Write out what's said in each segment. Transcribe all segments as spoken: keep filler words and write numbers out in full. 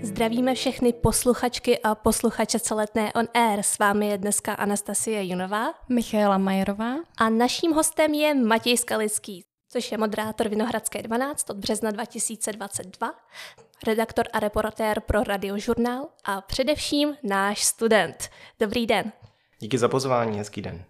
Zdravíme všechny posluchačky a posluchače Celetné on air. S vámi je dneska Anastasie Junová, Michaela Majerová a naším hostem je Matěj Skalický, což je moderátor Vinohradské dvanáct od března dva tisíce dvacet dva, redaktor a reportér pro Radiožurnál a především náš student. Dobrý den. Díky za pozvání, hezký den.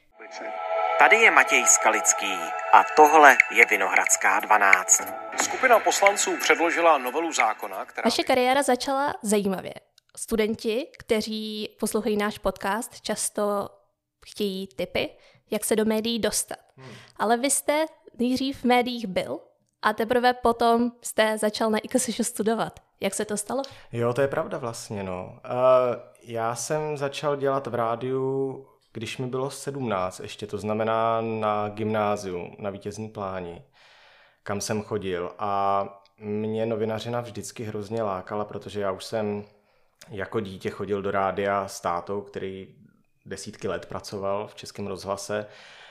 Tady je Matěj Skalický a tohle je Vinohradská dvanáct. Skupina poslanců předložila novelu zákona, která... Vaše kariéra začala zajímavě. Studenti, kteří poslouchají náš podcast, často chtějí tipy, jak se do médií dostat. Hmm. Ale vy jste nejdřív v médiích byl a teprve potom jste začal na I K S Ž studovat. Jak se to stalo? Jo, to je pravda vlastně, no. Uh, já jsem začal dělat v rádiu, když mi bylo sedmnáct ještě, to znamená na gymnáziu, na Vítězný Pláni, kam jsem chodil. A mě novinařina vždycky hrozně lákala, protože já už jsem jako dítě chodil do rádia s tátou, který desítky let pracoval v Českém rozhlase,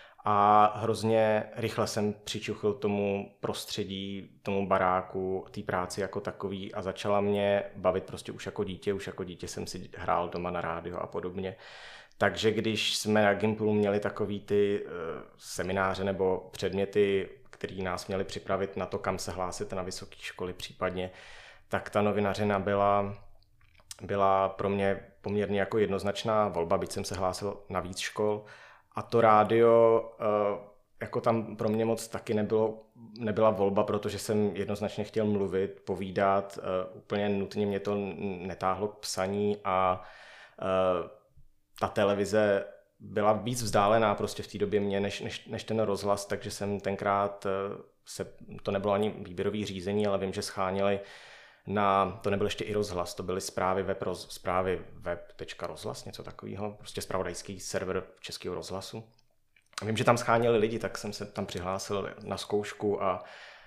a hrozně rychle jsem přičuchl tomu prostředí, tomu baráku, té práci jako takový a začala mě bavit prostě už jako dítě, už jako dítě jsem si hrál doma na rádio a podobně. Takže když jsme na Gimplu měli takový ty uh, semináře nebo předměty, které nás měli připravit na to, kam se hlásit na vysoké školy případně, tak ta novinařina byla, byla pro mě poměrně jako jednoznačná volba, byť jsem se hlásil na víc škol. A to rádio, uh, jako tam pro mě moc taky nebylo, nebyla volba, protože jsem jednoznačně chtěl mluvit, povídat, uh, úplně nutně mě to netáhlo k psaní a uh, ta televize byla víc vzdálená prostě v té době mě, než, než, než ten rozhlas, takže jsem tenkrát, se, to nebylo ani výběrový řízení, ale vím, že scháněli na, to nebyl ještě i rozhlas, to byly zprávy web, roz, zprávy web.rozhlas, něco takového, prostě zpravodajský server Českého rozhlasu. A vím, že tam scháněli lidi, tak jsem se tam přihlásil na zkoušku a,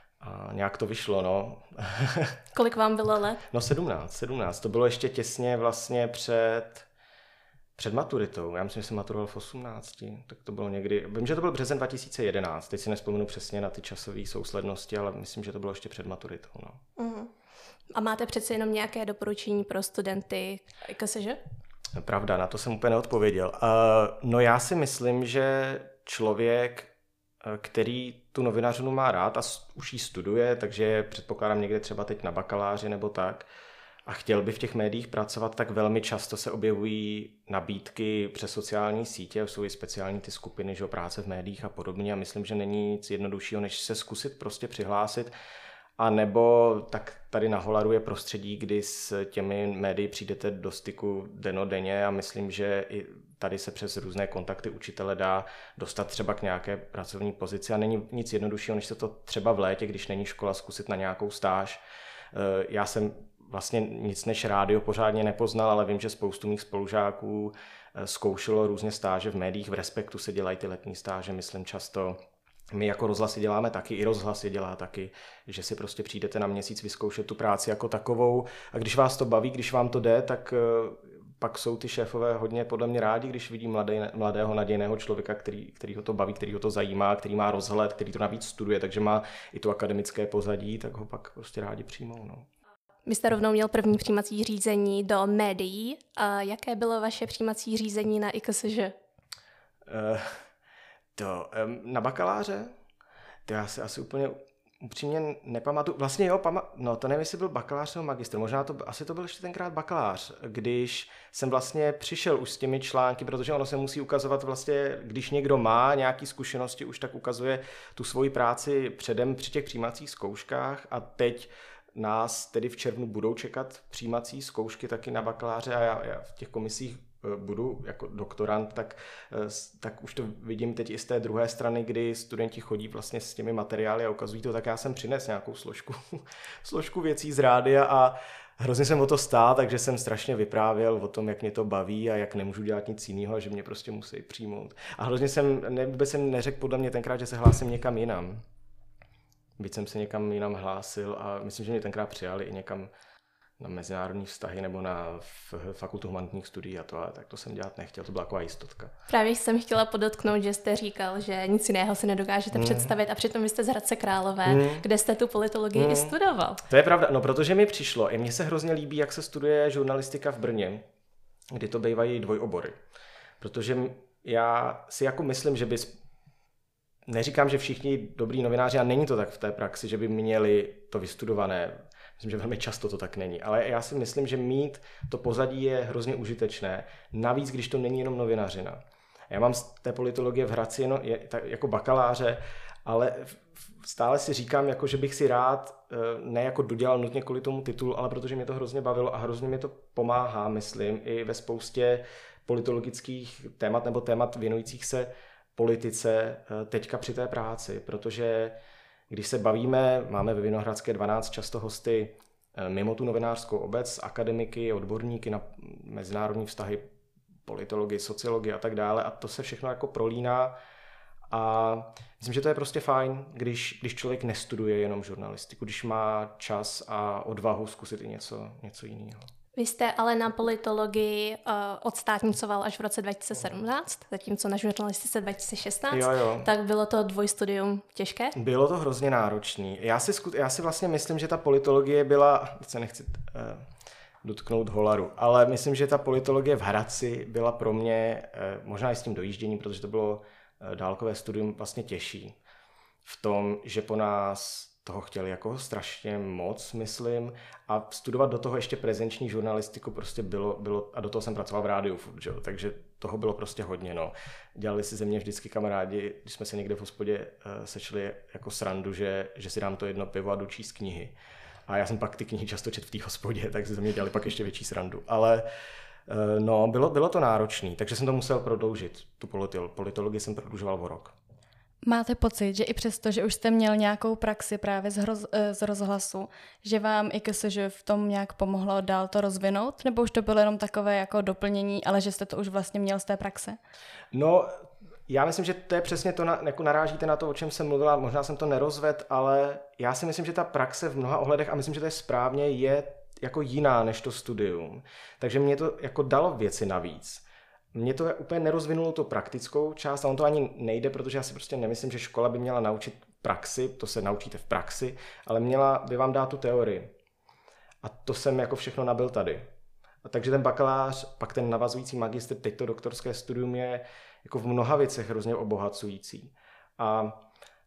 a nějak to vyšlo, no. Kolik vám bylo let? No sedmnáct, sedmnáct, to bylo ještě těsně vlastně před... Před maturitou, já myslím, že jsem maturoval v osmnácti, tak to bylo někdy, vím, že to byl březen dva tisíce jedenáct, teď si nespomenu přesně na ty časové souslednosti, ale myslím, že to bylo ještě před maturitou. No. Uh-huh. A máte přece jenom nějaké doporučení pro studenty I K S Ž? Pravda, na to jsem úplně neodpověděl. Uh, no já si myslím, že člověk, který tu novinařinu má rád a už ji studuje, takže předpokládám někde třeba teď na bakaláři nebo tak, a chtěl by v těch médiích pracovat, tak velmi často se objevují nabídky přes sociální sítě, jsou i speciální ty skupiny, že o práce v médiích a podobně, a myslím, že není nic jednoduššího, než se zkusit prostě přihlásit, a nebo tak tady na Holaru je prostředí, kdy s těmi médii přijdete do styku dennodenně, a myslím, že i tady se přes různé kontakty učitele dá dostat třeba k nějaké pracovní pozici, a není nic jednoduššího, než se to třeba v létě, když není škola, zkusit na nějakou stáž. Já jsem vlastně nic než rádio pořádně nepoznal, ale vím, že spoustu mých spolužáků zkoušelo různě stáže v médiích, v Respektu se dělají ty letní stáže, myslím často. My jako rozhlasy děláme taky, i rozhlas je dělá taky, že si prostě přijdete na měsíc vyzkoušet tu práci jako takovou, a když vás to baví, když vám to jde, tak pak jsou ty šéfové hodně podle mě rádi, když vidí mladý, mladého nadějného člověka, který, který ho to baví, který ho to zajímá, který má rozhled, který to navíc studuje, takže má i to akademické pozadí, tak ho pak prostě rádi přijmou. No. Vy jste rovnou měl první přijímací řízení do médií. A jaké bylo vaše přijímací řízení na I K S Ž? Uh, to um, na bakaláře? To já si asi úplně upřímně nepamatuju. Vlastně jo, pama- no to nevím, jestli byl bakalář nebo magistr. Možná to, asi to byl ještě tenkrát bakalář, když jsem vlastně přišel už s těmi články, protože ono se musí ukazovat vlastně, když někdo má nějaké zkušenosti, už tak ukazuje tu svoji práci předem při těch přijímacích zkouškách, a teď nás tedy v červnu budou čekat přijímací zkoušky taky na bakaláře, a já, já v těch komisích budu jako doktorant, tak, tak už to vidím teď i z té druhé strany, kdy studenti chodí vlastně s těmi materiály a ukazují to, tak já jsem přines nějakou složku, složku věcí z rádia a hrozně jsem o to stál, takže jsem strašně vyprávěl o tom, jak mě to baví a jak nemůžu dělat nic jiného a že mě prostě musí přijmout. A hrozně jsem, ne, vůbec jsem neřekl podle mě tenkrát, že se hlásím někam jinam. Byť jsem se někam jinam hlásil a myslím, že mě tenkrát přijali i někam, na mezinárodní vztahy nebo na fakultu humanitních studií a to, ale tak to jsem dělat nechtěl, to byla taková jistotka. Právě jsem chtěla podotknout, že jste říkal, že nic jiného si nedokážete mm. představit a přitom vy jste z Hradce Králové, mm. kde jste tu politologii mm. i studoval. To je pravda, no protože mi přišlo, i mně se hrozně líbí, jak se studuje žurnalistika v Brně, kdy to bývají dvojobory. Protože já si jako myslím, že bys, neříkám, že všichni dobrý novináři, a není to tak v té praxi, že by měli to vystudované. Myslím, že velmi často to tak není, ale já si myslím, že mít to pozadí je hrozně užitečné. Navíc, když to není jenom novinařina. Já mám z té politologie v Hradci jenom, je, tak, jako bakaláře, ale stále si říkám, jako, že bych si rád ne jako dodělal nutně kvůli tomu titulu, ale protože mě to hrozně bavilo a hrozně mě to pomáhá, myslím, i ve spoustě politologických témat nebo témat věnujících se politice teďka při té práci, protože když se bavíme, máme ve Vinohradské dvanáct často hosty mimo tu novinářskou obec, akademiky, odborníky na mezinárodní vztahy, politologii, sociologii a tak dále a to se všechno jako prolíná a myslím, že to je prostě fajn, když, když člověk nestuduje jenom žurnalistiku, když má čas a odvahu zkusit i něco, něco jiného. Vy jste ale na politologii uh, odstátnicoval až v roce dva tisíce sedmnáct, zatímco na žurnalistice dva tisíce šestnáct, jo, jo. Tak bylo to dvojstudium těžké? Bylo to hrozně náročný. Já si, já si vlastně myslím, že ta politologie byla, teď se nechci uh, dotknout holaru, ale myslím, že ta politologie v Hradci byla pro mě, uh, možná i s tím dojížděním, protože to bylo uh, dálkové studium, vlastně těžší. V tom, že po nás toho chtěli jako strašně moc, myslím, a studovat do toho ještě prezenční žurnalistiku prostě bylo, bylo a do toho jsem pracoval v rádiu furt, že? Takže toho bylo prostě hodně, no. Dělali si ze mě vždycky kamarádi, když jsme se někde v hospodě uh, sešli jako srandu, že, že si dám to jedno pivo a jdu číst knihy. A já jsem pak ty knihy často četl v té hospodě, takže ze mě dělali pak ještě větší srandu. Ale uh, no, bylo, bylo to náročný, takže jsem to musel prodloužit, tu politolo- politologii jsem prodlužoval o rok. Máte pocit, že i přesto, že už jste měl nějakou praxi právě z, hroz, z rozhlasu, že vám i KSŽ v tom nějak pomohlo dál to rozvinout? Nebo už to bylo jenom takové jako doplnění, ale že jste to už vlastně měl z té praxe? No, já myslím, že to je přesně to, na, jako narážíte na to, o čem jsem mluvila, možná jsem to nerozvedl, ale já si myslím, že ta praxe v mnoha ohledech, a myslím, že to je správně, je jako jiná než to studium. Takže mě to jako dalo věci navíc. Mně to úplně nerozvinulo tu praktickou část a on to ani nejde, protože já si prostě nemyslím, že škola by měla naučit praxi, to se naučíte v praxi, ale měla by vám dát tu teorii. A to jsem jako všechno nabyl tady. A takže ten bakalář, pak ten navazující magistr, teď to doktorské studium je jako v mnoha věcech hrozně obohacující. A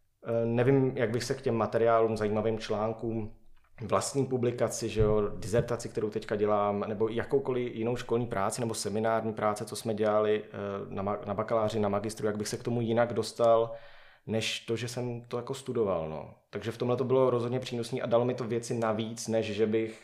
nevím, jak bych se k těm materiálům, zajímavým článkům, vlastní publikaci, že jo, dizertaci, kterou teďka dělám, nebo jakoukoliv jinou školní práci nebo seminární práce, co jsme dělali na, na bakaláři, na magistru, jak bych se k tomu jinak dostal, než to, že jsem to jako studoval. No. Takže v tomhle to bylo rozhodně přínosné a dalo mi to věci navíc, než že bych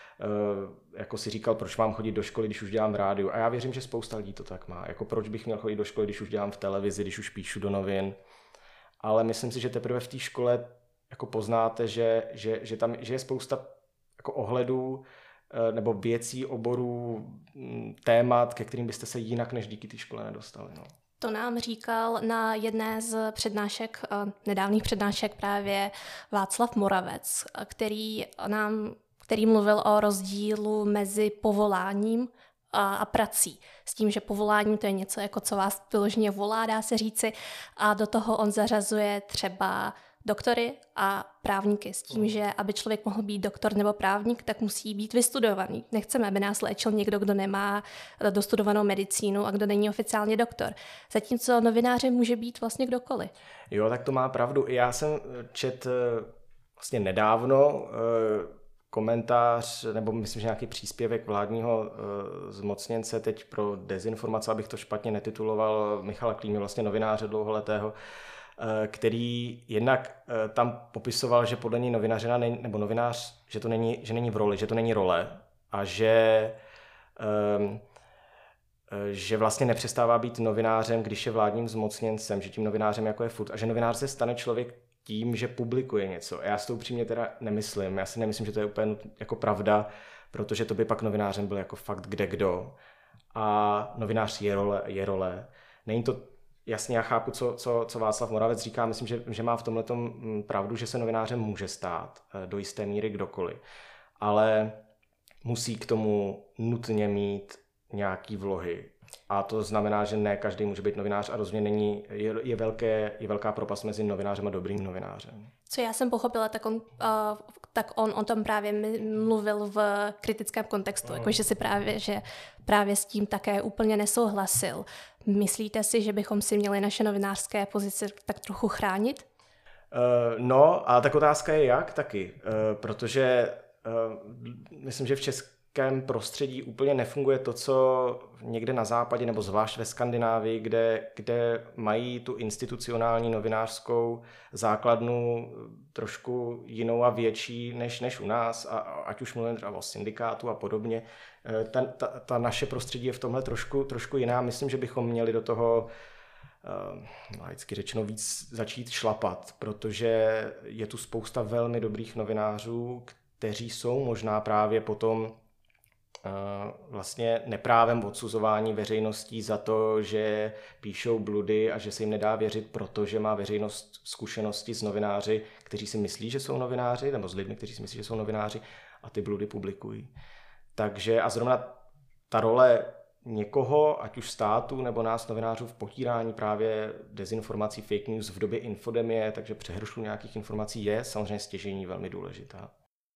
jako si říkal, proč mám chodit do školy, když už dělám v rádiu. A já věřím, že spousta lidí to tak má. Jako proč bych měl chodit do školy, když už dělám v televizi, když už píšu do novin. Ale myslím si, že teprve v té škole jako poznáte, že, že, že tam že je spousta jako ohledů nebo věcí, oborů, témat, ke kterým byste se jinak než díky té škole nedostali. No. To nám říkal na jedné z přednášek, nedávných přednášek právě Václav Moravec, který nám, který mluvil o rozdílu mezi povoláním a, a prací. S tím, že povolání to je něco, jako co vás vyloženě volá, dá se říci, a do toho on zařazuje třeba doktory a právníky s tím, že aby člověk mohl být doktor nebo právník, tak musí být vystudovaný. Nechceme, aby nás léčil někdo, kdo nemá dostudovanou medicínu a kdo není oficiálně doktor. Zatímco novináři může být vlastně kdokoliv. Jo, tak to má pravdu. Já jsem čet vlastně nedávno komentář, nebo myslím, že nějaký příspěvek vládního zmocněnce teď pro dezinformace, abych to špatně netituloval, Michala Klímy, vlastně novináře dlouholetého, který jednak tam popisoval, že podle něj novinařina není, nebo novinář, že to není, že není v roli, že to není role a že, um, že vlastně nepřestává být novinářem, když je vládním zmocněncem, že tím novinářem jako je furt a že novinář se stane člověk tím, že publikuje něco. Já s tou upřímně teda nemyslím, já si nemyslím, že to je úplně jako pravda, protože to by pak novinářem byl jako fakt kde kdo a novinář je role, je role. Není to jasně, já chápu, co, co, co Václav Moravec říká, myslím, že, že má v tomhletom pravdu, že se novinářem může stát do jisté míry kdokoliv. Ale musí k tomu nutně mít nějaký vlohy. A to znamená, že ne každý může být novinář a rozhodně není, je, je, velké, je velká propast mezi novinářem a dobrým novinářem. Co já jsem pochopila, tak on, uh, tak on o tom právě mluvil v kritickém kontextu, oh. jakože si právě, že právě s tím také úplně nesouhlasil. Myslíte si, že bychom si měli naše novinářské pozice tak trochu chránit? Uh, no, a tak otázka je jak taky, uh, protože uh, myslím, že v českém prostředí úplně nefunguje to, co někde na západě, nebo zvlášť ve Skandinávii, kde, kde mají tu institucionální novinářskou základnu trošku jinou a větší než, než u nás, a ať už mluvím třeba o syndikátu a podobně. Ta, ta, ta naše prostředí je v tomhle trošku, trošku jiná. Myslím, že bychom měli do toho uh, vždycky řečeno víc začít šlapat, protože je tu spousta velmi dobrých novinářů, kteří jsou možná právě potom vlastně neprávem odsuzování veřejností za to, že píšou bludy a že se jim nedá věřit, protože má veřejnost zkušenosti s novináři, kteří si myslí, že jsou novináři, nebo s lidmi, kteří si myslí, že jsou novináři, a ty bludy publikují. Takže a zrovna ta role někoho, ať už státu nebo nás novinářů, v potírání právě dezinformací, fake news v době infodemie, takže přehršlu nějakých informací, je samozřejmě stěžejní velmi důležitá.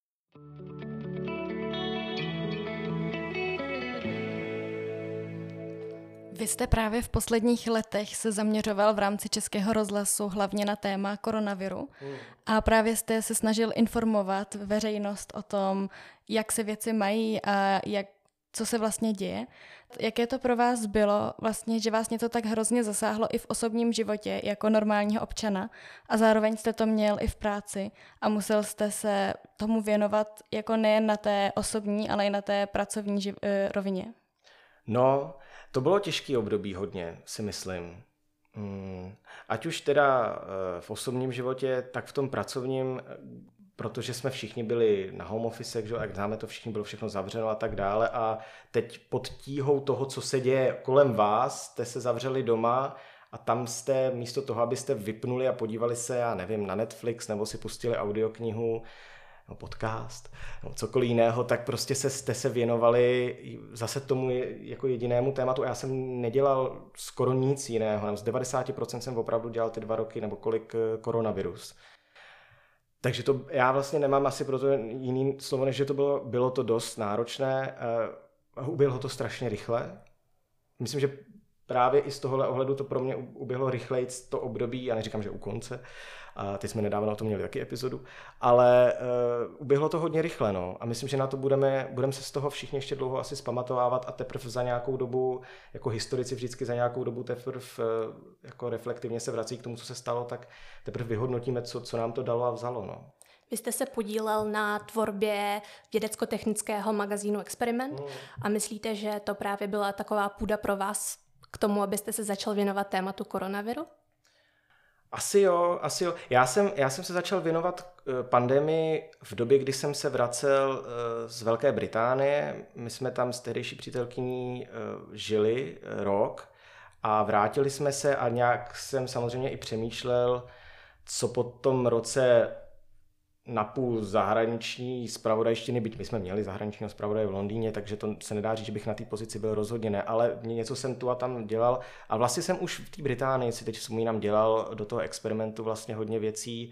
Vy jste právě v posledních letech se zaměřoval v rámci Českého rozhlasu hlavně na téma koronaviru hmm. a právě jste se snažil informovat veřejnost o tom, jak se věci mají a jak, co se vlastně děje. Jaké to pro vás bylo vlastně, že vás něco tak hrozně zasáhlo i v osobním životě jako normálního občana a zároveň jste to měl i v práci a musel jste se tomu věnovat jako nejen na té osobní, ale i na té pracovní živ- rovině? No, to bylo těžký období hodně, si myslím. Hmm. Ať už teda v osobním životě, tak v tom pracovním, protože jsme všichni byli na home office, že, jak známe to, všichni bylo všechno zavřeno a tak dále, a teď pod tíhou toho, co se děje kolem vás, jste se zavřeli doma a tam jste místo toho, abyste vypnuli a podívali se, já nevím, na Netflix nebo si pustili audioknihu, no, podcast, no, cokoliv jiného, tak prostě se, jste se věnovali zase tomu jako jedinému tématu. Já jsem nedělal skoro nic jiného, nebo z devadesát procent jsem opravdu dělal ty dva roky, nebo kolik koronavirus. Takže to já vlastně nemám asi proto jiný slovo, než že to bylo, bylo to dost náročné. Uh, uběhlo to strašně rychle. Myslím, že právě i z tohohle ohledu to pro mě uběhlo rychleji to období, já neříkám, že u konce, a teď jsme nedávno o tom měli taky epizodu, ale uh, uběhlo to hodně rychle, no. A myslím, že na to budeme, budeme se z toho všichni ještě dlouho asi zpamatovávat a teprve za nějakou dobu, jako historici vždycky za nějakou dobu teprve uh, jako reflektivně se vrací k tomu, co se stalo, tak teprve vyhodnotíme, co, co nám to dalo a vzalo, no. Vy jste se podílel na tvorbě vědecko-technického magazínu Experiment hmm. a myslíte, že to právě byla taková půda pro vás k tomu, abyste se začal věnovat tématu koronaviru? Asi jo, asi jo. Já jsem, já jsem se začal věnovat pandemii v době, kdy jsem se vracel z Velké Británie. My jsme tam s tehdejší přítelkyní žili rok a vrátili jsme se a nějak jsem samozřejmě i přemýšlel, co po tom roce napůl zahraniční zpravodajštiny, byť my jsme měli zahraničního zpravodaje v Londýně, takže to se nedá říct, že bych na té pozici byl rozhodně ne, ale něco jsem tu a tam dělal a vlastně jsem už v té Británii, si teď vzpomínám, dělal do toho Experimentu vlastně hodně věcí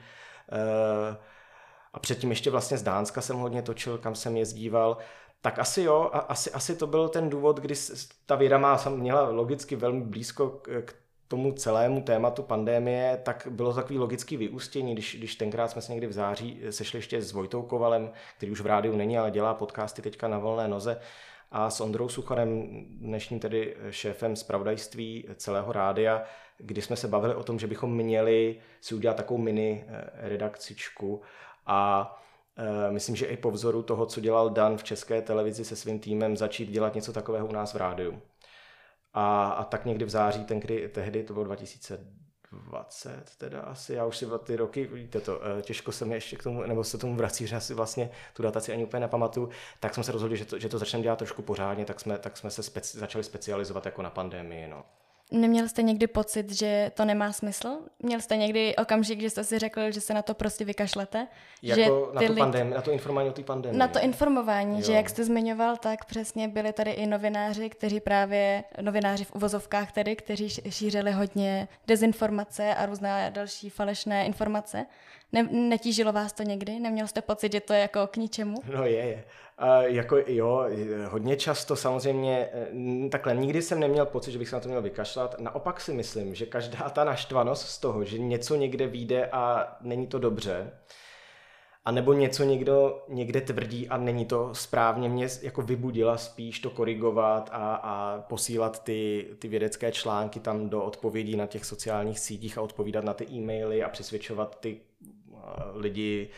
a předtím ještě vlastně z Dánska jsem hodně točil, kam jsem jezdíval, tak asi jo, a asi, asi to byl ten důvod, kdy ta věda má, měla logicky velmi blízko k tomu celému tématu pandemie, tak bylo takový logický vyústění, když, když tenkrát jsme se někdy v září sešli ještě s Vojtou Kovalem, který už v rádiu není, ale dělá podcasty teďka na volné noze, a s Ondrou Sucharem, dnešním tedy šéfem zpravodajství celého rádia, kdy jsme se bavili o tom, že bychom měli si udělat takovou mini redakcičku a e, myslím, že i po vzoru toho, co dělal Dan v České televizi se svým týmem, začít dělat něco takového u nás v rádiu. A, a tak někdy v září, ten, kdy, tehdy to bylo dva tisíce dvacet, teda asi, já už si ty roky, víte to, těžko se mi ještě k tomu, nebo se tomu vrací, že já si vlastně tu dataci ani úplně nepamatuju, tak jsme se rozhodli, že to, že to začneme dělat trošku pořádně, tak jsme, tak jsme se speci, začali specializovat jako na pandemii, no. Neměl jste někdy pocit, že to nemá smysl? Měl jste někdy okamžik, že jste si řekl, že se na to prostě vykašlete? Jako že na, tu lidi... pandem, na to informování o té pandemii. Na to informování, jo. Že jak jste zmiňoval, tak přesně byli tady i novináři, kteří právě, novináři v uvozovkách tedy, kteří šířili hodně dezinformace a různé další falešné informace. Ne, netížilo vás to někdy? Neměl jste pocit, že to je jako k ničemu? No je, je. A jako jo, hodně často samozřejmě, takhle nikdy jsem neměl pocit, že bych se na to měl vykašlat. Naopak si myslím, že každá ta naštvanost z toho, že něco někde vyjde a není to dobře, a nebo něco někdo někde tvrdí a není to správně, mě jako vybudila spíš to korigovat a, a posílat ty, ty vědecké články tam do odpovědí na těch sociálních sítích a odpovídat na ty e-maily a přesvědčovat ty lidi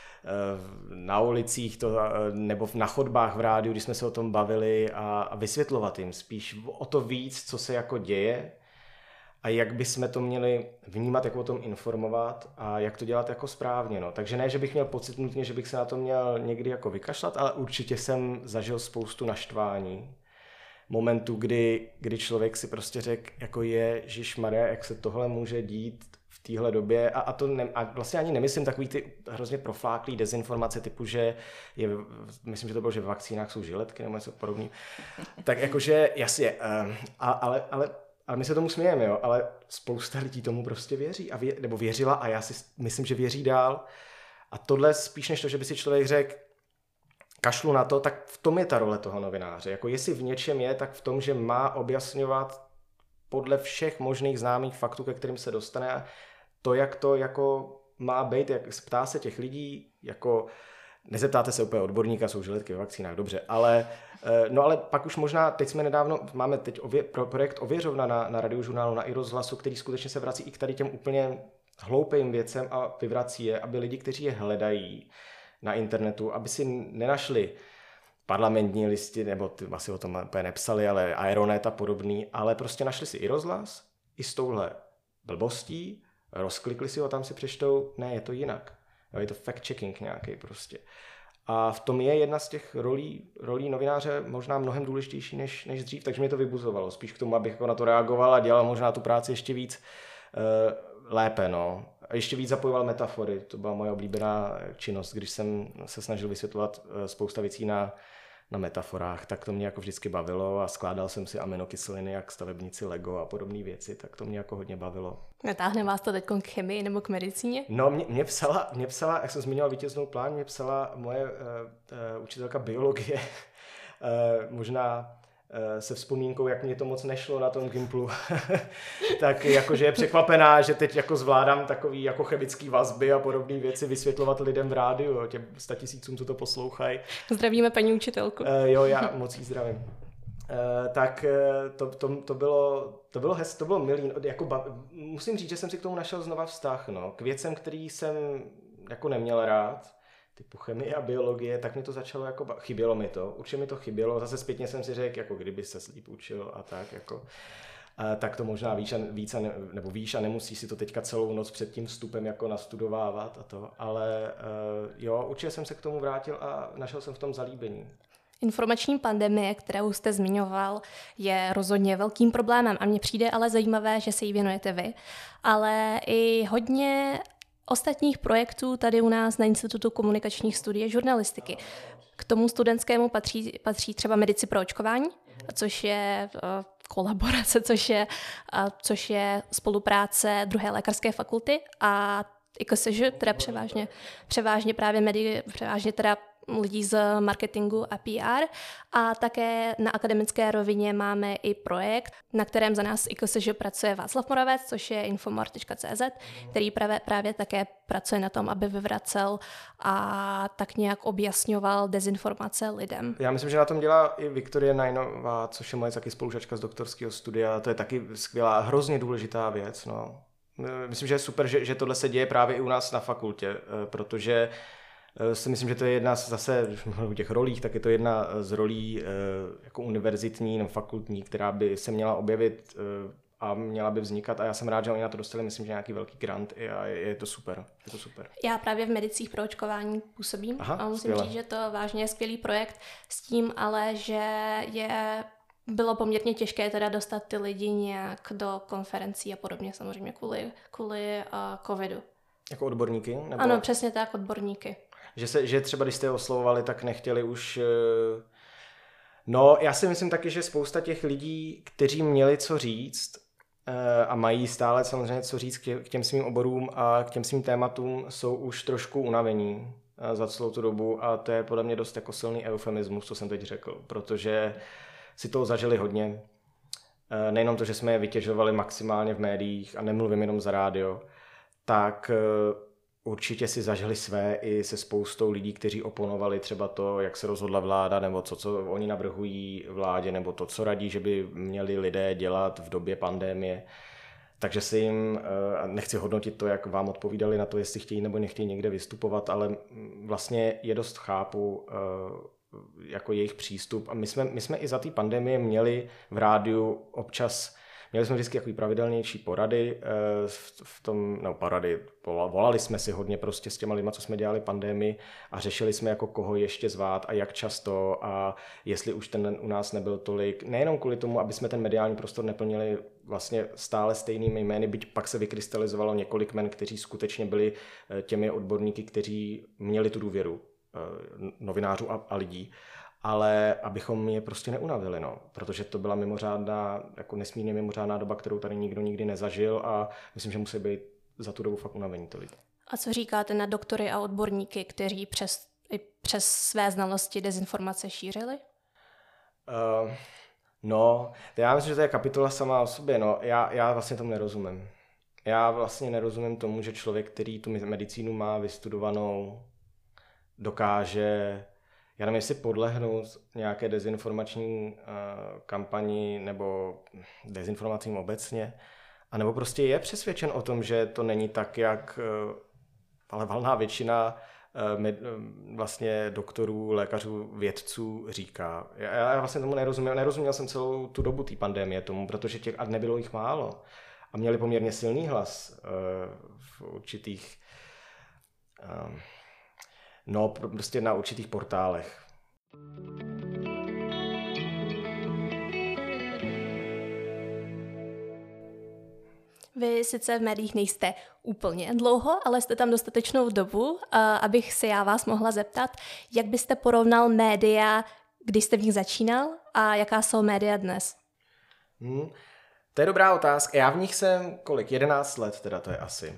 na ulicích to, nebo na chodbách v rádiu, když jsme se o tom bavili a, a vysvětlovat jim spíš o to víc, co se jako děje a jak bychom to měli vnímat, jak o tom informovat a jak to dělat jako správně. No. Takže ne, že bych měl pocit nutně, že bych se na to měl někdy jako vykašlat, ale určitě jsem zažil spoustu naštvání. Momentů, kdy, kdy člověk si prostě řekl, jako je, ježišmarja, jak se tohle může dít v téhle době a, a to ne, a vlastně ani nemyslím takový ty hrozně profláklý dezinformace typu, že je, myslím, že to bylo, že v vakcínách jsou žiletky nebo něco podobného. Tak jakože jasně, a, ale, ale, ale my se tomu smějeme, jo, ale spousta lidí tomu prostě věří a vě, nebo věřila a já si myslím, že věří dál a tohle spíš než to, že by si člověk řekl, kašlu na to, tak v tom je ta role toho novináře. Jako jestli v něčem je, tak v tom, že má objasňovat podle všech možných známých faktů, ke kterým se dostane a to, jak to jako má být, jak ptá se těch lidí, jako nezeptáte se úplně odborníka, jsou žiletky ve vakcínách, dobře, ale no ale pak už možná, teď jsme nedávno, máme teď ově, projekt Ověřovna na, na Radiožurnálu, na i rozhlasu, který skutečně se vrací i k tady těm úplně hloupým věcem a vyvrací je, aby lidi, kteří je hledají na internetu, aby si nenašli parlamentní listy, nebo ty asi o tom úplně nepsali, ale Aeronet a podobný, ale prostě našli si i rozhlas, i s touhle blbostí, rozklikli si ho, tam si přečtou, ne, je to jinak. Jo, je to fact-checking nějaký prostě. A v tom je jedna z těch rolí, rolí novináře možná mnohem důležitější než, než dřív, takže mě to vybuzovalo. Spíš k tomu, abych jako na to reagoval a dělal možná tu práci ještě víc uh, lépe, no. A ještě víc zapojoval metafory, to byla moje oblíbená činnost, když jsem se snažil vysvětlovat spousta věcí na, na metaforách, tak to mě jako vždycky bavilo a skládal jsem si aminokyseliny jak stavebníci Lego a podobné věci, tak to mě jako hodně bavilo. Netáhne vás to teď k chemii nebo k medicíně? No, mě, mě, psala, mě psala, jak jsem zmiňoval vítěznou plán, mě psala moje uh, uh, učitelka biologie, uh, možná se vzpomínkou, jak mě to moc nešlo na tom Gimplu, tak jakože je překvapená, že teď jako zvládám takový jako chemický vazby a podobné věci vysvětlovat lidem v rádiu, těm statisícům, co to poslouchají. Zdravíme paní učitelku. Uh, jo, já moc jí zdravím. Uh, tak to, to, to bylo to bylo hez, to bylo milý. Jako ba, musím říct, že jsem si k tomu našel znova vztah, no, k věcem, který jsem jako neměl rád, typu chemie a biologie, tak mi to začalo jako, chybělo mi to, určitě mi to chybělo, zase zpětně jsem si řekl, jako kdyby se líp učil a tak, jako, a, tak to možná víš a, víc a ne, nebo víš a nemusíš si to teďka celou noc před tím vstupem jako nastudovávat a to, ale uh, jo, určitě jsem se k tomu vrátil a našel jsem v tom zalíbení. Informační pandemie, kterou jste zmiňoval, je rozhodně velkým problémem a mně přijde ale zajímavé, že se jí věnujete vy, ale i hodně ostatních projektů tady u nás na Institutu komunikačních studií a žurnalistiky. K tomu studentskému patří, patří třeba Medici pro očkování, což je uh, kolaborace, což je, uh, což je spolupráce druhé lékařské fakulty a I K S Ž, teda převážně, převážně právě medi, převážně teda lidí z marketingu a P R a také na akademické rovině máme i projekt, na kterém za nás I K S Ž pracuje Václav Moravec, což je infomor tečka cé zet, který právě, právě také pracuje na tom, aby vyvracel a tak nějak objasňoval dezinformace lidem. Já myslím, že na tom dělá i Viktorie Najnová, což je moje taky spolužačka z doktorského studia, to je taky skvělá, hrozně důležitá věc. No. Myslím, že je super, že, že tohle se děje právě i u nás na fakultě, protože si myslím, že to je jedna z zase v těch rolích, tak je to jedna z rolí jako univerzitní nebo fakultní, která by se měla objevit a měla by vznikat a já jsem rád, že oni na to dostali, myslím, že nějaký velký grant a je, je to super. Je to super. Já právě v Medicích pro očkování působím. Aha, a musím skvěle. říct, že to vážně je skvělý projekt s tím, ale že je bylo poměrně těžké teda dostat ty lidi nějak do konferencí a podobně, samozřejmě kvůli, kvůli uh, covidu. Jako odborníky? Nebo... Ano, přesně tak, odborníky. Že, se, že třeba, když jste je oslovovali, tak nechtěli už... No, já si myslím taky, že spousta těch lidí, kteří měli co říct a mají stále samozřejmě co říct k těm svým oborům a k těm svým tématům, jsou už trošku unavení za celou tu dobu a to je podle mě dost jako silný eufemismus, co jsem teď řekl, protože si toho zažili hodně. Nejenom to, že jsme je vytěžovali maximálně v médiích a nemluvím jenom za rádio, tak určitě si zažili své i se spoustou lidí, kteří oponovali třeba to, jak se rozhodla vláda, nebo co, co oni navrhují vládě, nebo to, co radí, že by měli lidé dělat v době pandemie. Takže si jim, nechci hodnotit to, jak vám odpovídali na to, jestli chtějí nebo nechtějí někde vystupovat, ale vlastně je dost chápu jako jejich přístup. A my jsme, my jsme i za té pandemie měli v rádiu občas, měli jsme vždycky takový pravidelnější porady, v, v tom, no porady, volali jsme si hodně prostě s těma lidma, co jsme dělali pandemii a řešili jsme jako koho ještě zvát a jak často a jestli už ten u nás nebyl tolik, nejenom kvůli tomu, aby jsme ten mediální prostor neplnili vlastně stále stejnými jmény, byť pak se vykrystalizovalo několik jmen, kteří skutečně byli těmi odborníky, kteří měli tu důvěru novinářů a, a lidí, ale abychom je prostě neunavili, no, protože to byla mimořádná, jako nesmírně mimořádná doba, kterou tady nikdo nikdy nezažil a myslím, že musí být za tu dobu fakt unavení ty lidi. A co říkáte na doktory a odborníky, kteří přes, i přes své znalosti dezinformace šířili? Uh, no, já myslím, že to je kapitola sama o sobě, no, já, já vlastně tomu nerozumím. Já vlastně nerozumím tomu, že člověk, který tu medicínu má vystudovanou, dokáže, já nevím, jestli podlehnout nějaké dezinformační uh, kampani nebo dezinformacím obecně, anebo prostě je přesvědčen o tom, že to není tak, jak uh, ale valná většina uh, med, uh, vlastně doktorů, lékařů, vědců říká. Já, já vlastně tomu nerozuměl, nerozuměl jsem celou tu dobu té pandemie tomu, protože těch a nebylo jich málo. A měli poměrně silný hlas uh, v určitých uh, No, prostě na určitých portálech. Vy sice v médiích nejste úplně dlouho, ale jste tam dostatečnou dobu, abych se já vás mohla zeptat, jak byste porovnal média, když jste v nich začínal a jaká jsou média dnes? Hmm, to je dobrá otázka. Já v nich jsem kolik? jedenáct let teda to je asi.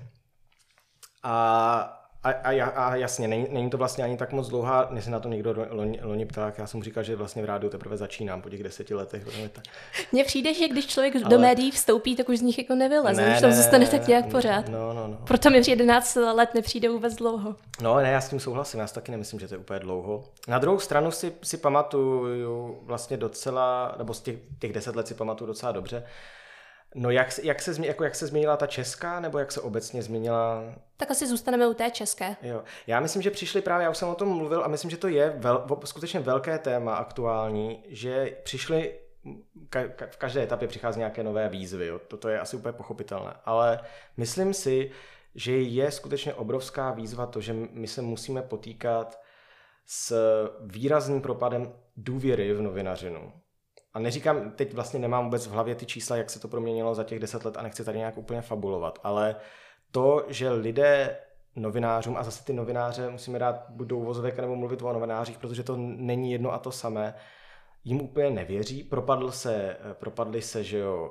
A A, a, a jasně, není, není to vlastně ani tak moc dlouhá, mě se na to někdo loni, loni ptal, já jsem mu říkal, že vlastně v rádiu teprve začínám po těch deseti letech. Mně přijde, že když člověk Ale... do médií vstoupí, tak už z nich jako nevyleze, ne, už tam ne, zůstane ne, tak nějak ne, pořád. No, no, no. Proto mi jedenáct let nepřijde vůbec dlouho. No ne, já s tím souhlasím, já si taky nemyslím, že to je úplně dlouho. Na druhou stranu si, si pamatuju vlastně docela, nebo z těch, těch deset let si pamatuju docela dobře, no jak, jak, se, jako jak se změnila ta česká, nebo jak se obecně změnila? Tak asi zůstaneme u té české. Jo. Já myslím, že přišli právě, já už jsem o tom mluvil a myslím, že to je vel, skutečně velké téma aktuální, že přišli, ka, ka, v každé etapě přichází nějaké nové výzvy, jo. Toto je asi úplně pochopitelné, ale myslím si, že je skutečně obrovská výzva to, že my se musíme potýkat s výrazným propadem důvěry v novinařinu. A neříkám, teď vlastně nemám vůbec v hlavě ty čísla, jak se to proměnilo za těch deset let a nechci tady nějak úplně fabulovat, ale to, že lidé novinářům, a zase ty novináře musíme dát buď do uvozovek nebo mluvit o novinářích, protože to není jedno a to samé, jim úplně nevěří. Propadl se, propadly se, že jo,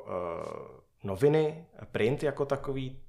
noviny, print jako takový,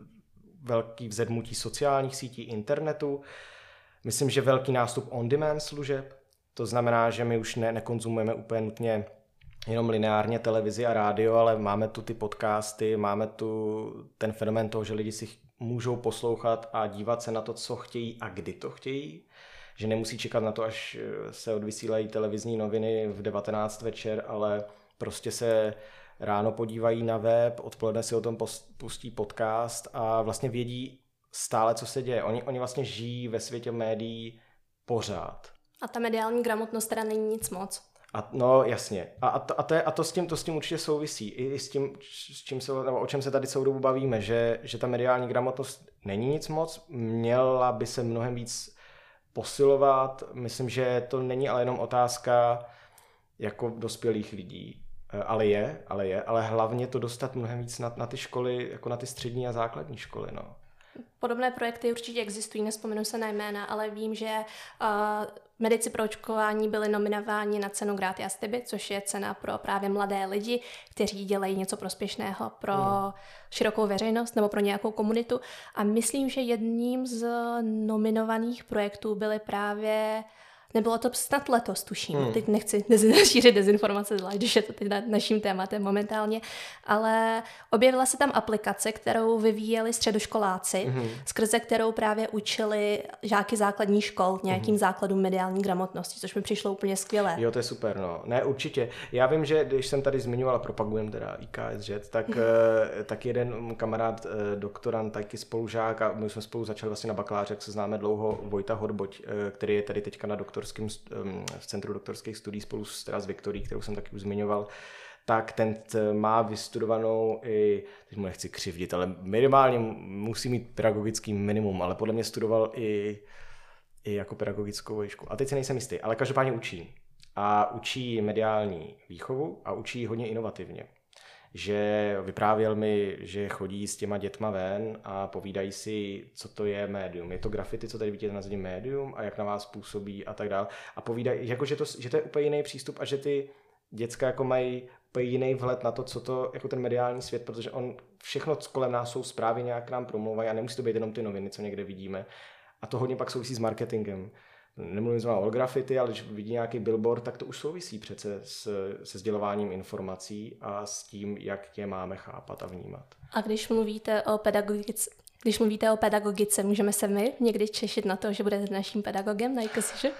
velký vzedmutí sociálních sítí, internetu. Myslím, že velký nástup on-demand služeb, to znamená, že my už ne, nekonzumujeme úplně nutně jenom lineárně televizi a rádio, ale máme tu ty podcasty, máme tu ten fenomén toho, že lidi si můžou poslouchat a dívat se na to, co chtějí a kdy to chtějí, že nemusí čekat na to, až se odvysílají televizní noviny v devatenáct večer, ale prostě se ráno podívají na web, odpoledne si o tom pustí podcast a vlastně vědí stále, co se děje. Oni, oni vlastně žijí ve světě médií pořád. A ta mediální gramotnost teda není nic moc. A, no jasně. A, a, to, a, to, je, a to, s tím, to s tím určitě souvisí. I s tím, s čím se, nebo o čem se tady celou dobu bavíme, že, že ta mediální gramotnost není nic moc, měla by se mnohem víc posilovat. Myslím, že to není ale jenom otázka jako dospělých lidí, ale je, ale je, ale hlavně to dostat mnohem víc na, na ty školy, jako na ty střední a základní školy, no. Podobné projekty určitě existují, nespomenu se na jména, ale vím, že uh, medici pro očkování byli nominováni na cenu Gratias Tibi, což je cena pro právě mladé lidi, kteří dělají něco prospěšného pro mm. širokou veřejnost nebo pro nějakou komunitu. A myslím, že jedním z nominovaných projektů byly právě Nebylo to snad letos, tuším. Hmm. Teď nechci šířit dezinformace, zvlášť když je to teď naším tématem momentálně, ale objevila se tam aplikace, kterou vyvíjeli středoškoláci, hmm. skrze kterou právě učili žáky základních škol nějakým hmm. základům mediální gramotnosti, což mi přišlo úplně skvělé. Jo, to je super, no. Ne, určitě. Já vím, že když jsem tady zmiňovala, propagujem teda I K S J, tak, hmm. tak jeden kamarád, doktorant, taky spolužák, a my jsme spolu začali vlastně na bakaláře, jak se známe dlouho, Vojta Hodboť, který je tady teďka na doktor v Centru doktorských studií spolu s, teda s Viktorií, kterou jsem taky už zmiňoval, tak ten t, má vystudovanou i, teď mu nechci křivdit, ale minimálně musí mít pedagogický minimum, ale podle mě studoval i, i jako pedagogickou výšku. A teď si nejsem jistý, ale každopádně učí. A učí mediální výchovu a učí hodně inovativně. Že vyprávěl mi, že chodí s těma dětma ven a povídají si, co to je médium. Je to graffiti, co tady vidíte na zdi médium a jak na vás působí a tak dále. A povídají, jako, že, to, že to je úplně jiný přístup a že ty děcka jako mají úplně jiný vhled na to, co to jako ten mediální svět, protože on všechno kolem nás jsou zprávy, nějak nám promlouvají a nemusí to být jenom ty noviny, co někde vidíme. A to hodně pak souvisí s marketingem. Nemluvím zrovna o graffiti, ale když vidí nějaký billboard, tak to už souvisí přece s, se sdělováním informací a s tím, jak je máme chápat a vnímat. A když mluvíte o pedagogice, když mluvíte o pedagogice, můžeme se my někdy těšit na to, že budete naším pedagogem na I K S Ž?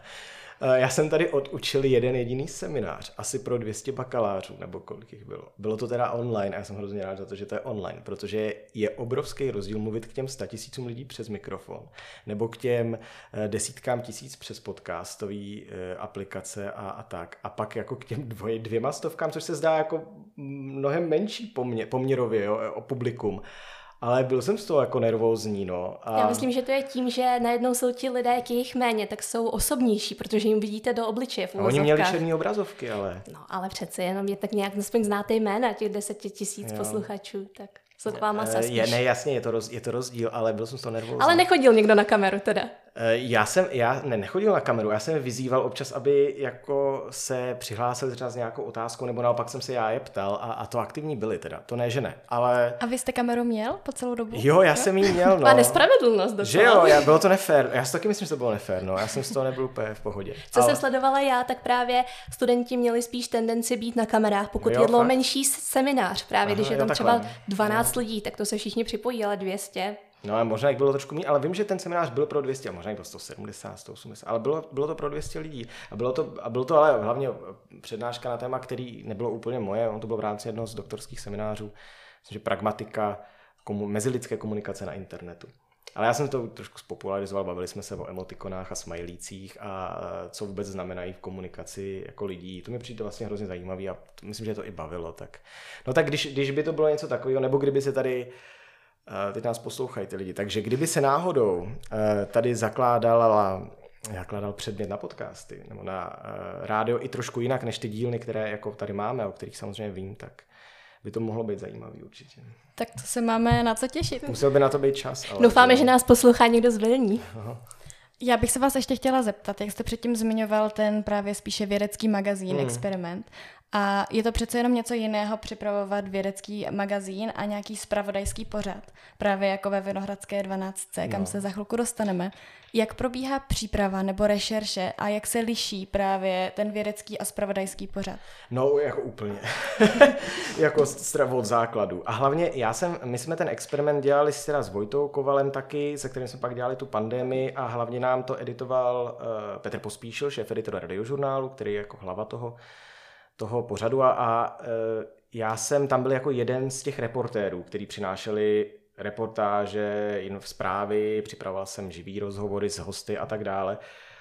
Já jsem tady odučil jeden jediný seminář, asi pro dvě stě bakalářů, nebo kolik jich bylo. Bylo to teda online a já jsem hrozně rád za to, že to je online, protože je obrovský rozdíl mluvit k těm statisícům lidí přes mikrofon, nebo k těm desítkám tisíc přes podcastové aplikace a, a tak. A pak jako k těm dvoj, dvěma stovkám, což se zdá jako mnohem menší pomě, poměrově, jo, o publikum. Ale byl jsem z toho jako nervózní, no. A... Já myslím, že to je tím, že najednou jsou ti lidé, jak je jich méně, tak jsou osobnější, protože jim vidíte do obličeje v uvozovkách. Oni měli černý obrazovky, ale... No, ale přece jenom je tak nějak, aspoň znáte jména těch deset tisíc posluchačů, tak jsou taková masa spíš. Je, ne, jasně, je to, roz, je to rozdíl, ale byl jsem z toho nervózní. Ale nechodil někdo na kameru teda? Já jsem, já ne, nechodil na kameru, já jsem vyzýval občas, aby jako se přihlásil třeba s nějakou otázkou, nebo naopak jsem se já je ptal a, a to aktivní byli teda, to ne, že ne, ale... A vy jste kameru měl po celou dobu? Jo, já jo? jsem ji měl, no. A nespravedlnost docela. Že jo, já, bylo to nefér, já si taky myslím, že to bylo nefér, no, já jsem z toho nebyl úplně v pohodě. Co ale... jsem sledovala já, tak právě studenti měli spíš tendenci být na kamerách, pokud jo, jedlo fakt? menší seminář, právě Aha, když je tam jo, třeba dvanáct no. lidí, tak to se všichni připojí, ale dvě stě. No a možná jich bylo trošku méně, ale vím, že ten seminář byl pro dvě stě, možná jich bylo sto sedmdesát, sto osmdesát, ale bylo, bylo to pro dvě stě lidí. A bylo to, a bylo to ale hlavně přednáška na téma, který nebylo úplně moje, on to bylo v rámci jednoho z doktorských seminářů, myslím, že pragmatika komu, mezilidské komunikace na internetu. Ale já jsem to trošku spopularizoval, bavili jsme se o emotikonách a smajlících a co vůbec znamenají v komunikaci jako lidí. To mi přijde vlastně hrozně zajímavý a myslím, že to i bavilo. Tak. No tak když, když by to bylo něco takového, nebo kdyby se tady teď nás poslouchají ty lidi. Takže kdyby se náhodou tady zakládala, zakládal předmět na podcasty nebo na rádio i trošku jinak než ty dílny, které jako tady máme, o kterých samozřejmě vím, tak by to mohlo být zajímavý určitě. Tak to se máme na co těšit. Musel by na to být čas. Ale doufáme, že nás poslouchá někdo z Vilní. Já bych se vás ještě chtěla zeptat, jak jste předtím zmiňoval ten právě spíše vědecký magazín hmm. Experiment. A je to přece jenom něco jiného připravovat vědecký magazín a nějaký zpravodajský pořad, právě jako ve Vinohradské dvanáct, kam no. se za chvilku dostaneme. Jak probíhá příprava nebo rešerše a jak se liší právě ten vědecký a zpravodajský pořad? No, jako úplně. jako od základu. A hlavně já jsem, my jsme ten experiment dělali teda s Vojtou Kovalem taky, se kterým jsme pak dělali tu pandemii a hlavně nám to editoval uh, Petr Pospíšil, šéf editor Radiožurnálu, který je jako hlava toho toho pořadu a, a e, já jsem tam byl jako jeden z těch reportérů, kteří přinášeli reportáže, zprávy, připravoval jsem živý rozhovory s hosty a tak dále.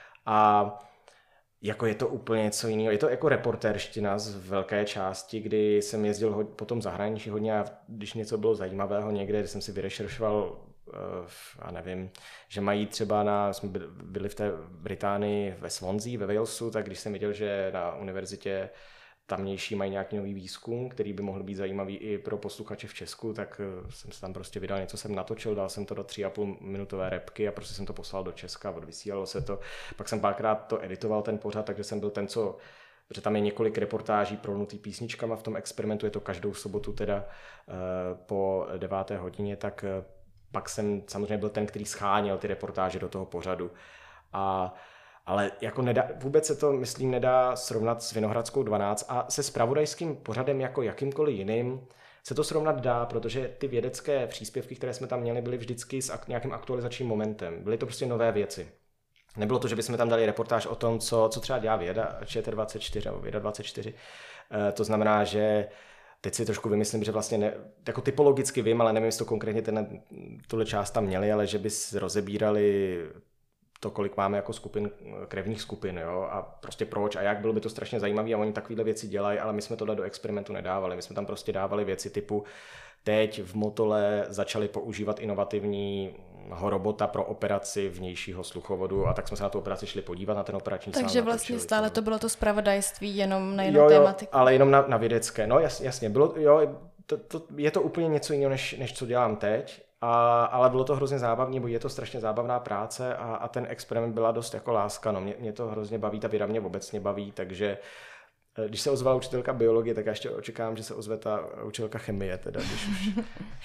A jako je to úplně něco jiného. Je to jako reportérština z velké části, kdy jsem jezdil ho, po tom zahraničí hodně a když něco bylo zajímavého někde, když jsem si vyrešeršoval a nevím, že mají třeba na, jsme byli v té Británii ve Swansea, ve Walesu, tak když jsem viděl, že na univerzitě tamnější mají nějaký nový výzkum, který by mohl být zajímavý i pro posluchače v Česku, tak jsem se tam prostě vydal, něco jsem natočil, dal jsem to do tři a půl minutové repky a prostě jsem to poslal do Česka, odvysílalo se to. Pak jsem párkrát to editoval ten pořad, takže jsem byl ten, co, protože tam je několik reportáží prolnutý písničkama v tom experimentu, je to každou sobotu teda po deváté hodině, tak pak jsem samozřejmě byl ten, který scháněl ty reportáže do toho pořadu. A ale jako nedá, vůbec se to, myslím, nedá srovnat s Vinohradskou dvanáct a se zpravodajským pořadem jako jakýmkoliv jiným se to srovnat dá, protože ty vědecké příspěvky, které jsme tam měli, byly vždycky s ak- nějakým aktualizačním momentem. Byly to prostě nové věci. Nebylo to, že bychom tam dali reportáž o tom, co, co třeba dělá věda, ČT dvacet čtyři nebo Věda dvacet čtyři. E, to znamená, že teď si trošku vymyslím, že vlastně ne, jako typologicky vím, ale nevím, jestli to konkrétně ten, tuhle část tam měli, ale že by rozebírali to, kolik máme jako skupin, krevních skupin, jo, a prostě proč a jak, bylo by to strašně zajímavé a oni takovéhle věci dělají, ale my jsme tohle do experimentu nedávali, my jsme tam prostě dávali věci typu teď v Motole začali používat inovativního robota pro operaci vnějšího sluchovodu a tak jsme se na tu operaci šli podívat, na ten operační sál. Takže vlastně natočili, stále to bylo to zpravodajství jenom na jinou jo, jo, tématiku. Ale jenom na, na vědecké, no jas, jasně, bylo, jo, to, to, je to úplně něco jiného, než, než co dělám teď. A, ale bylo to hrozně zábavné, bo je to strašně zábavná práce a, a ten experiment byla dost jako láska. No. Mě, mě to hrozně baví, ta věda mě obecně baví, takže když se ozvala učitelka biologie, tak já ještě očekávám, že se ozve ta učitelka chemie. Teda, když už...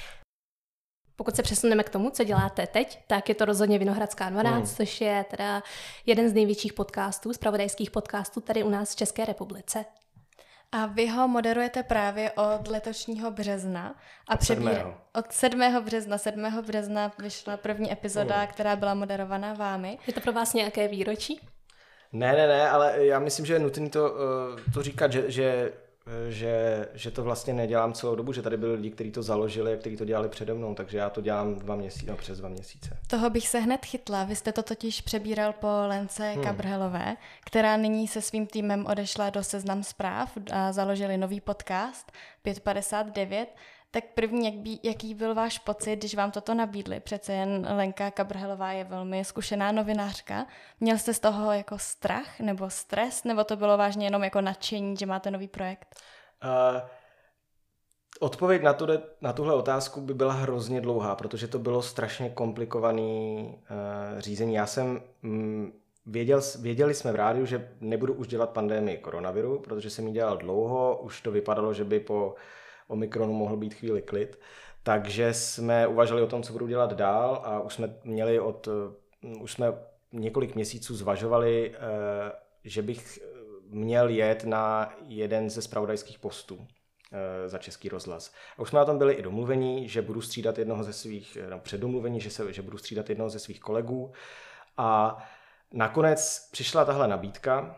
Pokud se přesuneme k tomu, co děláte teď, tak je to rozhodně Vinohradská dvanáct, hmm. což je teda jeden z největších podcastů, zpravodajských podcastů tady u nás v České republice. A vy ho moderujete právě od letošního března. A od sedmého. Přebír... Od sedmého března. sedmého března vyšla první epizoda, hmm. která byla moderovaná vámi. Je to pro vás nějaké výročí? Ne, ne, ne, ale já myslím, že je nutné to, to říkat, že, že, že, že to vlastně nedělám celou dobu, že tady byli lidi, kteří to založili a kteří to dělali přede mnou, takže já to dělám dva měsíce, no, přes dva měsíce. Toho bych se hned chytla. Vy jste to totiž přebíral po Lence hmm. Kabrhelové, která nyní se svým týmem odešla do Seznam Zpráv a založili nový podcast pět padesát devět. Tak první, jak by, jaký byl váš pocit, když vám toto nabídli? Přece jen Lenka Kabrhelová je velmi zkušená novinářka. Měl jste z toho jako strach nebo stres, nebo to bylo vážně jenom jako nadšení, že máte nový projekt? Uh, odpověď na, tuhle, na tuhle otázku by byla hrozně dlouhá, protože to bylo strašně komplikovaný uh, řízení. Já jsem... Mm, Věděl, věděli jsme v rádiu, že nebudu už dělat pandemii koronaviru, protože jsem ji dělal dlouho, už to vypadalo, že by po Omikronu mohl být chvíli klid, takže jsme uvažovali o tom, co budu dělat dál a už jsme měli od, už jsme několik měsíců zvažovali, že bych měl jet na jeden ze zpravodajských postů za Český rozhlas. A už jsme na tom byli i domluvení, že budu střídat jednoho ze svých, no, předdomluvení, že, se, že budu střídat jednoho ze svých kolegů a nakonec přišla tahle nabídka,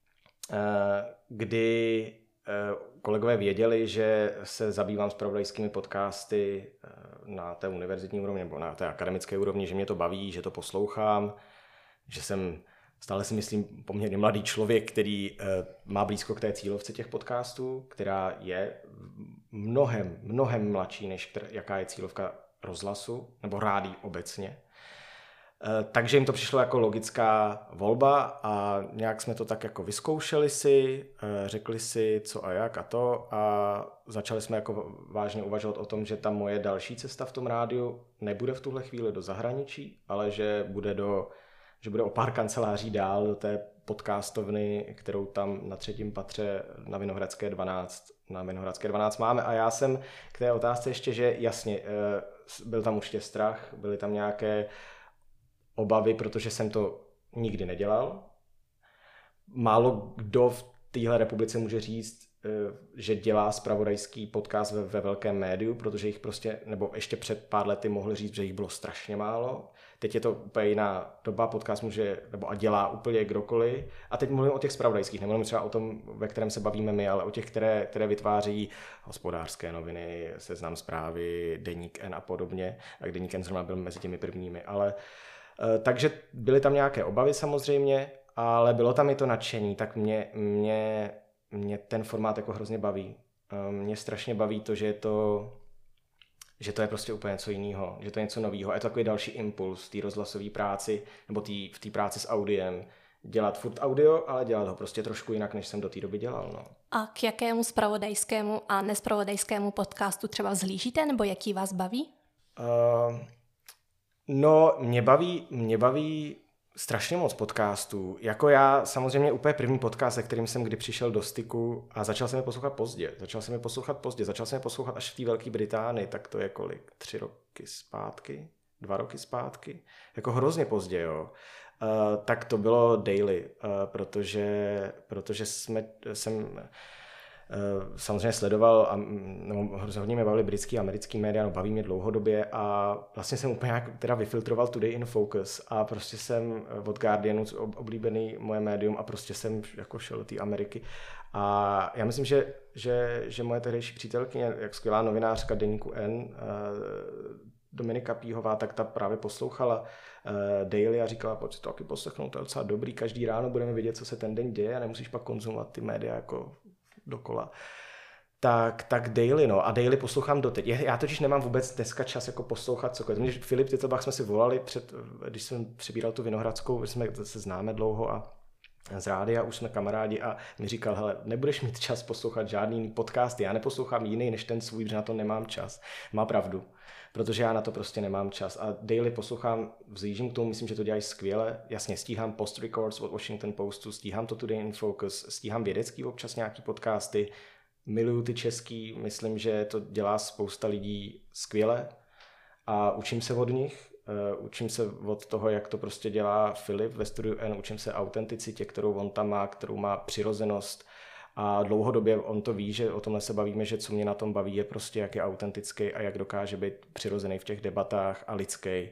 kdy kolegové věděli, že se zabývám zpravodajskými podcasty na té univerzitní úrovni nebo na té akademické úrovni, že mě to baví, že to poslouchám, že jsem stále si myslím poměrně mladý člověk, který má blízko k té cílovce těch podcastů, která je mnohem, mnohem mladší, než jaká je cílovka rozhlasu nebo rádií obecně. Takže jim to přišlo jako logická volba a nějak jsme to tak jako vyzkoušeli si, řekli si co a jak a to a začali jsme jako vážně uvažovat o tom, že ta moje další cesta v tom rádiu nebude v tuhle chvíli do zahraničí, ale že bude, do, že bude o pár kanceláří dál do té podcastovny, kterou tam na třetím patře na Vinohradské dvanáct, na Vinohradské dvanáct máme. A já jsem k té otázce ještě, že jasně, byl tam určitě strach, byly tam nějaké obavy, protože jsem to nikdy nedělal. Málo kdo v téhle republice může říct, že dělá zpravodajský podcast ve, ve velkém médiu, protože jich prostě, nebo ještě před pár lety mohli říct, že jich bylo strašně málo. Teď je to úplně jiná doba, podcast může, nebo a dělá úplně kdokoliv. A teď mluvím o těch zpravodajských, nemluvím třeba o tom, ve kterém se bavíme my, ale o těch, které, které vytváří Hospodářské noviny, Seznam Zprávy, Deník N a podobně. A Deník N zrovna byl mezi těmi prvními, ale takže byly tam nějaké obavy samozřejmě, ale bylo tam i to nadšení, tak mě, mě, mě ten formát jako hrozně baví. Mě strašně baví to, že je to, že to je prostě úplně něco jiného, že to je něco nového. A je to takový další impuls v té rozhlasové práci, nebo tý, v té práci s audiem. Dělat furt audio, ale dělat ho prostě trošku jinak, než jsem do té doby dělal. No. A k jakému zpravodajskému a nespravodajskému podcastu třeba vzhlížíte, nebo jaký vás baví? Uh, no, mě baví, mě baví strašně moc podcastů. Jako já, samozřejmě úplně první podcast, se kterým jsem kdy přišel do styku a začal jsem je poslouchat pozdě. Začal jsem je poslouchat pozdě. Začal jsem je poslouchat až v té Velké Británii, tak to je kolik? Tři roky zpátky? Dva roky zpátky? Jako hrozně pozdě, jo. Uh, tak to bylo Daily, uh, protože, protože jsme, jsem uh, samozřejmě sledoval a nebo hodně mě bavili britský a americký média, no baví mě dlouhodobě a vlastně jsem úplně nějak teda vyfiltroval Today in Focus a prostě jsem od Guardianu oblíbený moje médium a prostě jsem jako šel do té Ameriky a já myslím, že, že, že moje tehdejší přítelkyně, jak skvělá novinářka deníku N, uh, Dominika Píhová, tak ta právě poslouchala uh, Daily a říkala, pojď si to taky poslechnout, to je docela dobrý, každý ráno budeme vědět, co se ten den děje a nemusíš pak konzumovat ty média jako dokola. Tak, tak Daily, no. A Daily poslouchám doteď. Já totiž nemám vůbec dneska čas jako poslouchat cokoliv. Mě Filip Titlbach jsme si volali, před, když jsem přebíral tu Vinohradskou, jsme se známe dlouho a z rádia už jsme kamarádi a mi říkal, hele, nebudeš mít čas poslouchat žádný podcast, já neposlouchám jiný než ten svůj, protože na to nemám čas. Má pravdu, protože já na to prostě nemám čas. A Daily poslouchám, vzlížím k tomu, myslím, že to dělají skvěle. Jasně, stíhám Post Records od Washington Postu, stíhám to Today in Focus, stíhám vědecký občas nějaký podcasty, miluju ty český, myslím, že to dělá spousta lidí skvěle a učím se od nich. Uh, učím se od toho, jak to prostě dělá Filip ve Studiu N, učím se autenticitě, kterou on tam má, kterou má přirozenost a dlouhodobě on to ví, že o tomhle se bavíme, že co mě na tom baví je prostě, jak je autentický a jak dokáže být přirozený v těch debatách a lidský.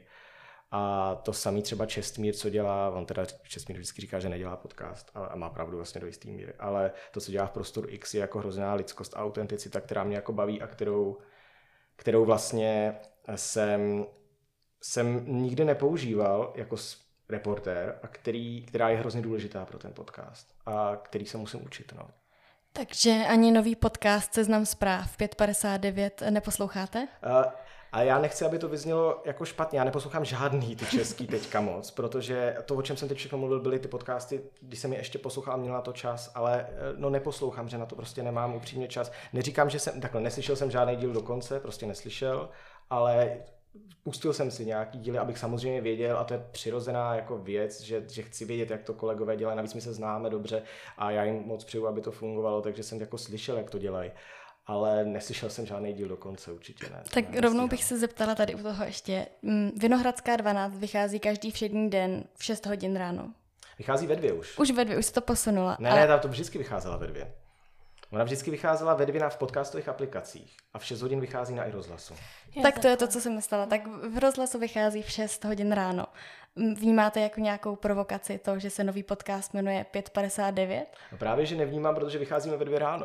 A to samý třeba Čestmír, co dělá, on teda Čestmír vždycky říká, že nedělá podcast a má pravdu vlastně do jistý míry, ale to, co dělá v Prostoru X, je jako hrozná lidskost a autenticita, která mě jako baví a kterou, kterou vlastně jsem jsem nikdy nepoužíval jako reportér a který, která je hrozně důležitá pro ten podcast a který se musím učit. No. Takže ani nový podcast Seznam zpráv pět padesát devět neposloucháte? Uh, a já nechci, aby to vyznělo jako špatně. Já neposlouchám žádný ty český teďka moc, protože to, o čem jsem teď všechno mluvil, byly ty podcasty, když jsem je ještě poslouchal, měl na to čas, ale no neposlouchám, že na to prostě nemám upřímně čas. Neříkám, že jsem, takhle, neslyšel jsem žádný díl do konce, prostě neslyšel, ale pustil jsem si nějaký díly, abych samozřejmě věděl, a to je přirozená jako věc, že, že chci vědět, jak to kolegové dělají, navíc my se známe dobře a já jim moc přeju, aby to fungovalo, takže jsem jako slyšel, jak to dělají. Ale neslyšel jsem žádný díl do konce, určitě ne. Tak ne, rovnou bych se zeptala tady u toho ještě. Vinohradská dvanáct vychází každý všední den v šest hodin ráno. Vychází ve dvě už. Už ve dvě, už se to posunula. Ne, ale... ne, ta to vždycky vycházela ve dvě. Ona vždycky vycházela ve dvě na v podcastových aplikacích a v šest hodin vychází na iRozhlasu. Tak to je to, co jsem myslela. Tak v rozhlasu vychází v šest hodin ráno. Vnímáte jako nějakou provokaci to, že se nový podcast jmenuje pět padesát devět? No právě, že nevnímám, protože vycházíme ve dvě ráno.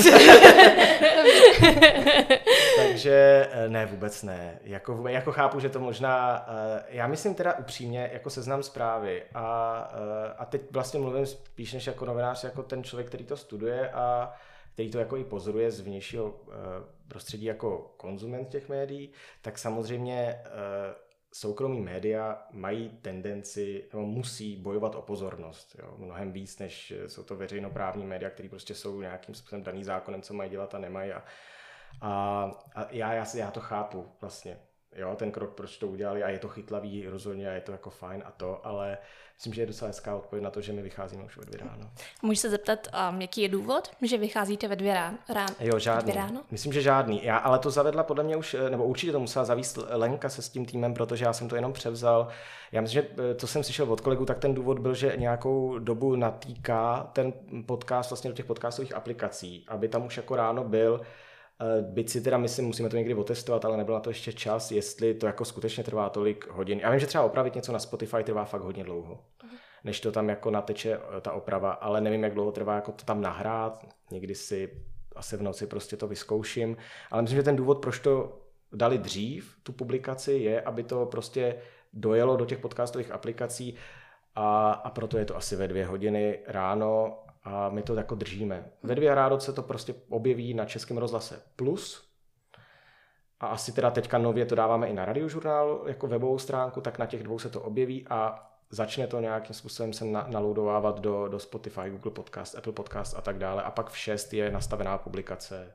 Takže ne, vůbec ne. Jako, jako chápu, že to možná... Já myslím teda upřímně, jako Seznam zprávy a, a teď vlastně mluvím spíš než jako novinář, jako ten člověk, který to studuje a který to jako i pozoruje z vnějšího prostředí jako konzument těch médií, tak samozřejmě soukromí média mají tendenci, nebo musí bojovat o pozornost. Jo? Mnohem víc, než jsou to veřejnoprávní média, které prostě jsou nějakým způsobem daný zákonem, co mají dělat a nemají. A, a, a já, já, já to chápu vlastně. Jo, ten krok, proč to udělali a je to chytlavý rozhodně a je to jako fajn a to, ale myslím, že je docela hezká odpověď na to, že my vycházíme už ve dvě ráno. Můžu se zeptat, um, jaký je důvod, že vycházíte ve dvě ráno? Rán, jo, žádný. Dvě ráno? Myslím, že žádný. Já, ale to zavedla podle mě už, nebo určitě to musela zavíst Lenka se s tím týmem, protože já jsem to jenom převzal. Já myslím, že to jsem slyšel od kolegů, tak ten důvod byl, že nějakou dobu natýká ten podcast vlastně do těch podcastových aplikací, aby tam už jako ráno byl. Byť si teda myslím, musíme to někdy otestovat, ale nebyl na to ještě čas, jestli to jako skutečně trvá tolik hodin. Já vím, že třeba opravit něco na Spotify trvá fakt hodně dlouho, uh-huh. než to tam jako nateče ta oprava, ale nevím, jak dlouho trvá jako to tam nahrát. Někdy si asi v noci prostě to vyzkouším, ale myslím, že ten důvod, proč to dali dřív, tu publikaci, je, aby to prostě dojelo do těch podcastových aplikací a, a proto je to asi ve dvě hodiny ráno. A my to jako držíme. Ve dvě ráno se to prostě objeví na Českém rozhlase Plus a asi teda teďka nově to dáváme i na Radiožurnálu jako webovou stránku, tak na těch dvou se to objeví a začne to nějakým způsobem se na, naloudovávat do, do Spotify, Google Podcast, Apple Podcast a tak dále. A pak v šest je nastavená publikace.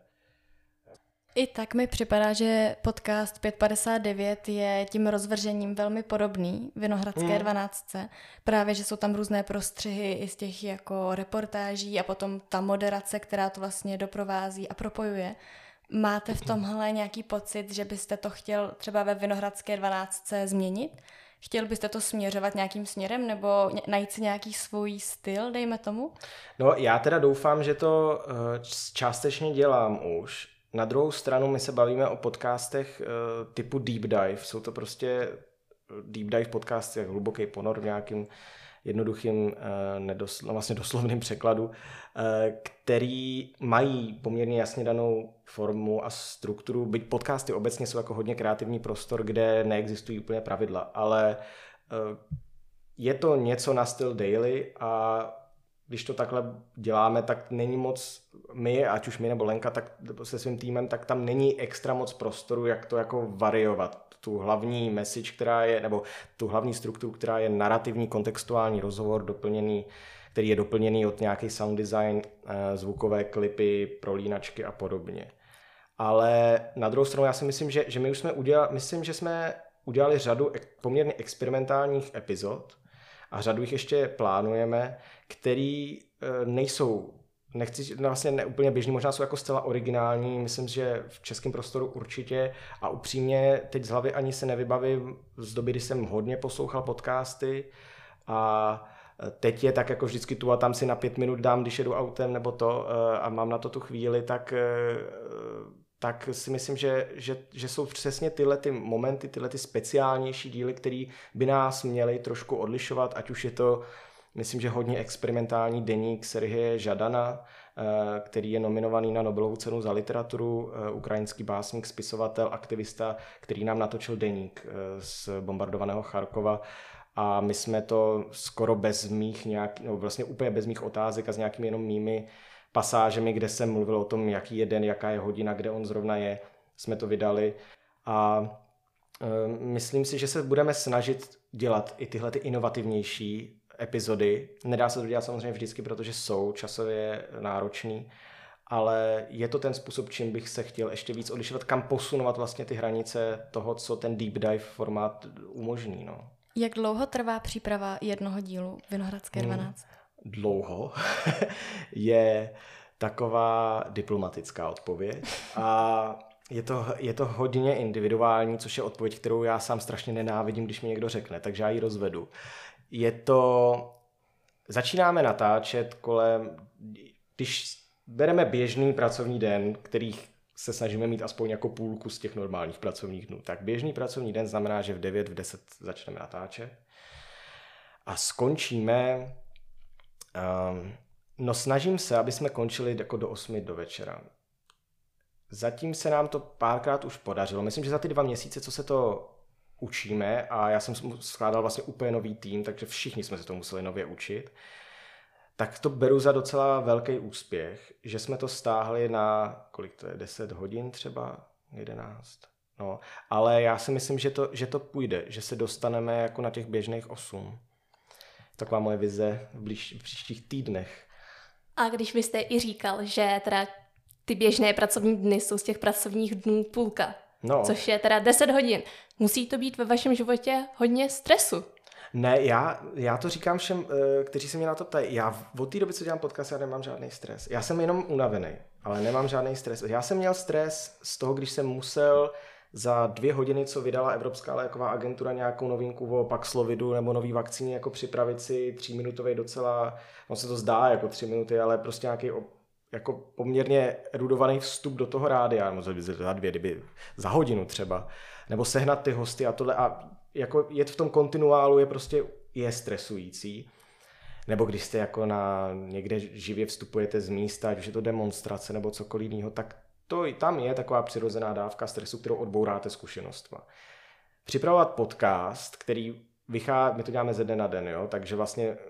I tak mi připadá, že podcast pět padesát devět je tím rozvržením velmi podobný Vinohradské hmm. dvanáctce. Právě, že jsou tam různé prostřihy i z těch jako reportáží a potom ta moderace, která to vlastně doprovází a propojuje. Máte v tomhle nějaký pocit, že byste to chtěl třeba ve Vinohradské dvanáctce změnit? Chtěl byste to směřovat nějakým směrem nebo najít si nějaký svůj styl, dejme tomu? No já teda doufám, že to uh, částečně dělám už. Na druhou stranu my se bavíme o podcastech uh, typu Deep Dive. Jsou to prostě Deep Dive podcasty, jak hluboký ponor v nějakým jednoduchým, uh, nedosl- no vlastně doslovným překladu, uh, který mají poměrně jasně danou formu a strukturu. Byť podcasty obecně jsou jako hodně kreativní prostor, kde neexistují úplně pravidla, ale uh, je to něco na styl daily a když to takhle děláme, tak není moc my, ať už my nebo Lenka, tak se svým týmem, tak tam není extra moc prostoru, jak to jako variovat. Tu hlavní message, která je, nebo tu hlavní strukturu, která je narrativní, kontextuální rozhovor, doplněný, který je doplněný od nějaký sound design, zvukové klipy, prolínačky a podobně. Ale na druhou stranu já si myslím, že, že my už jsme udělali, myslím, že jsme udělali řadu poměrně experimentálních epizod a řadu jich ještě plánujeme, který nejsou, nechci, vlastně ne úplně běžný, možná jsou jako zcela originální, myslím, že v českém prostoru určitě a upřímně teď z hlavy ani se nevybavím z doby, kdy jsem hodně poslouchal podcasty a teď je tak jako vždycky tu a tam si na pět minut dám, když jedu autem nebo to a mám na to tu chvíli, tak, tak si myslím, že, že, že jsou přesně tyhle ty momenty, tyhle ty speciálnější díly, které by nás měly trošku odlišovat, ať už je to, myslím, že hodně experimentální deník Sergeje Žadana, který je nominovaný na Nobelovu cenu za literaturu, ukrajinský básník, spisovatel, aktivista, který nám natočil deník z bombardovaného Charkova. A my jsme to skoro bez mých nějak, no vlastně úplně bez mých otázek a s nějakými jenom mými pasážemi, kde jsem mluvil o tom, jaký je den, jaká je hodina, kde on zrovna je, jsme to vydali. A e, myslím si, že se budeme snažit dělat i tyhle ty inovativnější epizody. Nedá se to dělat samozřejmě vždycky, protože jsou časově náročný, ale je to ten způsob, čím bych se chtěl ještě víc odlišovat, kam posunovat vlastně ty hranice toho, co ten deep dive formát umožní. No. Jak dlouho trvá příprava jednoho dílu Vinohradské dvanáct? Hmm, dlouho je taková diplomatická odpověď a je to, je to hodně individuální, což je odpověď, kterou já sám strašně nenávidím, když mi někdo řekne, takže já ji rozvedu. Je to... Začínáme natáčet kolem... Když bereme běžný pracovní den, kterých se snažíme mít aspoň jako půlku z těch normálních pracovních dnů. Tak běžný pracovní den znamená, že v devět, v deset začneme natáčet a skončíme, um, no snažím se, aby jsme končili jako do osmi do večera. Zatím se nám to párkrát už podařilo. Myslím, že za ty dva měsíce, co se to učíme, a já jsem skládal vlastně úplně nový tým, takže všichni jsme se to museli nově učit, tak to beru za docela velký úspěch, že jsme to stáhli na, kolik to je, deset hodin třeba, jedenáct. No, ale já si myslím, že to, že to půjde, že se dostaneme jako na těch běžných osm. Taková moje vize v, blíž, v příštích týdnech. A když byste i říkal, že teda ty běžné pracovní dny jsou z těch pracovních dnů půlka, no. Což je teda deset hodin, musí to být ve vašem životě hodně stresu. Ne, já, já to říkám všem, kteří se mě na to ptají. Já od té doby, co dělám podcast, já nemám žádný stres. Já jsem jenom unavený, ale nemám žádný stres. Já jsem měl stres z toho, když jsem musel za dvě hodiny, co vydala Evropská léková agentura nějakou novinku o Paxlovidu nebo nový vakcíně, jako připravit si tříminutový docela, on se to zdá jako tři minuty, ale prostě nějaký jako poměrně erudovaný vstup do toho rádia, možná by za dvě, kdyby za hodinu třeba, nebo sehnat ty hosty a tohle a jako jet v tom kontinuálu je prostě je stresující. Nebo když jste jako na někde živě vstupujete z místa, ať už je to demonstrace nebo cokoliv jiného, tak to i tam je taková přirozená dávka stresu, kterou odbouráte zkušenostma. Připravovat podcast, který vychází, my to děláme ze dne na den, jo, takže vlastně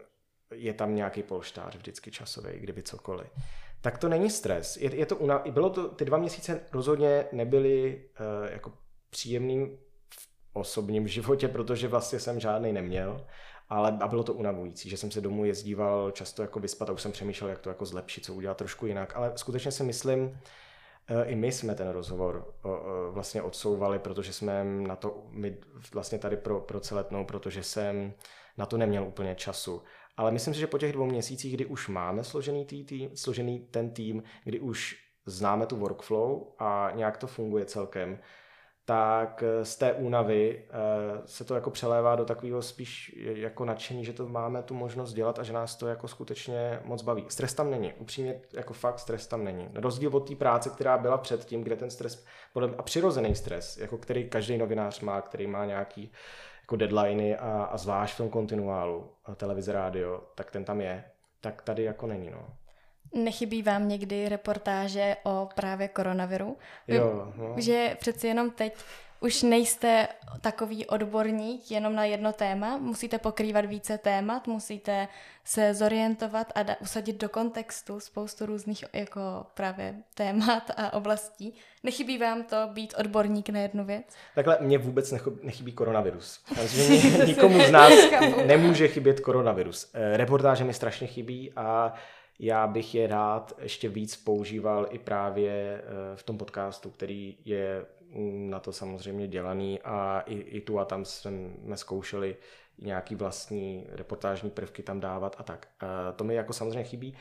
je tam nějaký polštář vždycky časový, kdyby cokoliv. Tak to není stres. Je, je to una, bylo to, ty dva měsíce rozhodně nebyly uh, jako příjemným v osobním životě, protože vlastně jsem žádnej neměl, ale a bylo to unavující, že jsem se domů jezdíval často jako vyspat a už jsem přemýšlel, jak to jako zlepšit, co udělat trošku jinak, ale skutečně si myslím, i my jsme ten rozhovor vlastně odsouvali, protože jsme na to, my vlastně tady pro, pro celetnou, protože jsem na to neměl úplně času. Ale myslím si, že po těch dvou měsících, kdy už máme složený, tý, tý, složený ten tým, kdy už známe tu workflow a nějak to funguje celkem, tak z té únavy se to jako přelévá do takového spíš jako nadšení, že to máme tu možnost dělat a že nás to jako skutečně moc baví. Stres tam není, upřímně jako fakt stres tam není. Rozdíl od té práce, která byla předtím, kde ten stres, a přirozený stres, jako který každý novinář má, který má nějaký jako deadliny a, a zvlášť v tom kontinuálu, televize, rádio, tak ten tam je, tak tady jako není, no. Nechybí vám někdy reportáže o právě koronaviru? Jo, no. Že přeci jenom teď už nejste takový odborník jenom na jedno téma, musíte pokrývat více témat, musíte se zorientovat a da- usadit do kontextu spoustu různých jako právě témat a oblastí. Nechybí vám to být odborník na jednu věc? Takhle mně vůbec nechybí koronavirus. Takže nikomu z nás nemůže chybět koronavirus. Reportáže mi strašně chybí a já bych je rád ještě víc používal i právě v tom podcastu, který je na to samozřejmě dělaný a i, i tu a tam jsme zkoušeli nějaký vlastní reportážní prvky tam dávat a tak. To mi jako samozřejmě chybí,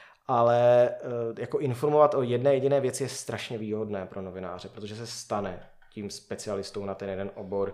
ale jako informovat o jedné jediné věci je strašně výhodné pro novináře, protože se stane tím specialistou na ten jeden obor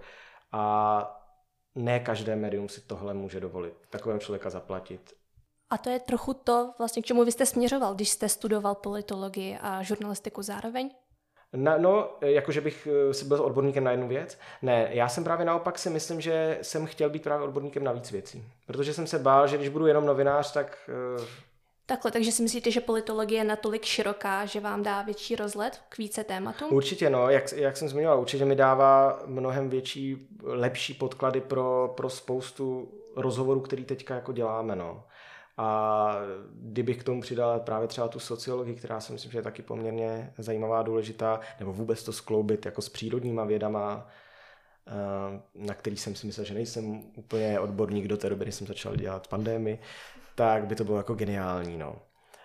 a ne každé médium si tohle může dovolit, takového člověka zaplatit. A to je trochu to, vlastně, k čemu vy jste směřoval, když jste studoval politologii a žurnalistiku zároveň? No, no jakože bych si byl odborníkem na jednu věc. Ne, já jsem právě naopak si myslím, že jsem chtěl být právě odborníkem na víc věcí. Protože jsem se bál, že když budu jenom novinář, tak... Uh... Takhle, takže si myslíte, že politologie je natolik široká, že vám dá větší rozhled k více tématům? Určitě, no, jak, jak jsem zmiňoval, určitě mi dává mnohem větší, lepší podklady pro, pro spoustu rozhovorů, který teďka jako děláme, no. A kdybych k tomu přidal právě třeba tu sociologii, která si myslím, že je taky poměrně zajímavá, důležitá, nebo vůbec to skloubit jako s přírodníma vědama, na který jsem si myslel, že nejsem úplně odborník do té doby, kdy jsem začal dělat pandémii, tak by to bylo jako geniální, no.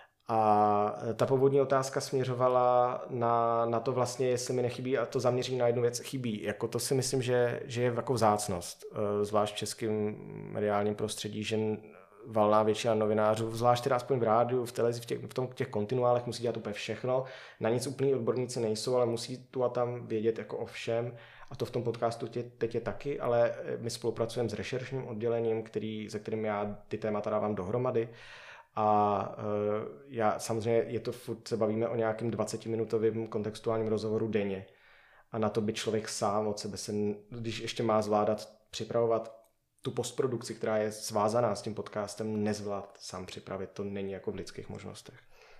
A ta původní otázka směřovala na, na to vlastně, jestli mi nechybí, a to zaměření na jednu věc chybí. Jako to si myslím, že, že je jako vzácnost, zvlášť v českém mediálním prostředí, že valná většina novinářů, zvlášť teda aspoň v rádiu, v televizi, v těch, v tom, těch kontinuálech musí dělat úplně všechno. Na nic úplný odborníci nejsou, ale musí tu a tam vědět jako o všem. A to v tom podcastu tě, teď je taky, ale my spolupracujeme s rešeršním oddělením, který, se kterým já ty témata dávám dohromady. A uh, já samozřejmě je to furt, se bavíme o nějakém dvacetiminutovém kontextuálním rozhovoru denně. A na to by člověk sám od sebe se, když ještě má zvládat připravovat tu postprodukci, která je svázaná s tím podcastem, nezvlád sám připravit. To není jako v lidských možnostech.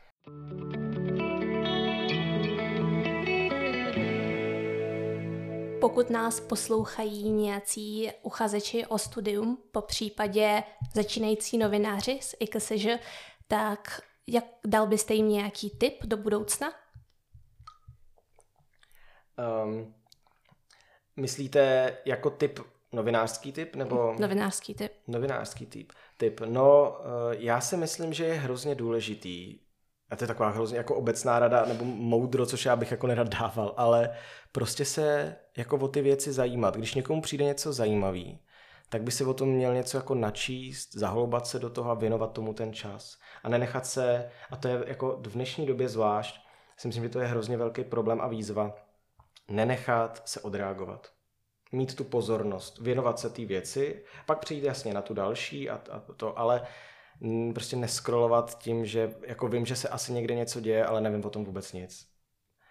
Pokud nás poslouchají nějací uchazeči o studium, po případě začínající novináři z I K S Ž, tak jak dal byste jim nějaký tip do budoucna? Um, myslíte jako tip novinářský tip? Nebo... Novinářský tip. Novinářský tip. tip. No, já si myslím, že je hrozně důležitý, a to je taková hrozně jako obecná rada, nebo moudro, což já bych jako nerad dával, ale prostě se jako o ty věci zajímat. Když někomu přijde něco zajímavý, tak by si o tom měl něco jako načíst, zahloubat se do toho a věnovat tomu ten čas. A nenechat se, a to je jako v dnešní době zvlášť, si myslím, že to je hrozně velký problém a výzva, nenechat se odreagovat. Mít tu pozornost, věnovat se té věci, pak přijít jasně na tu další a, a to, ale prostě neskrolovat tím, že jako vím, že se asi někde něco děje, ale nevím o tom vůbec nic.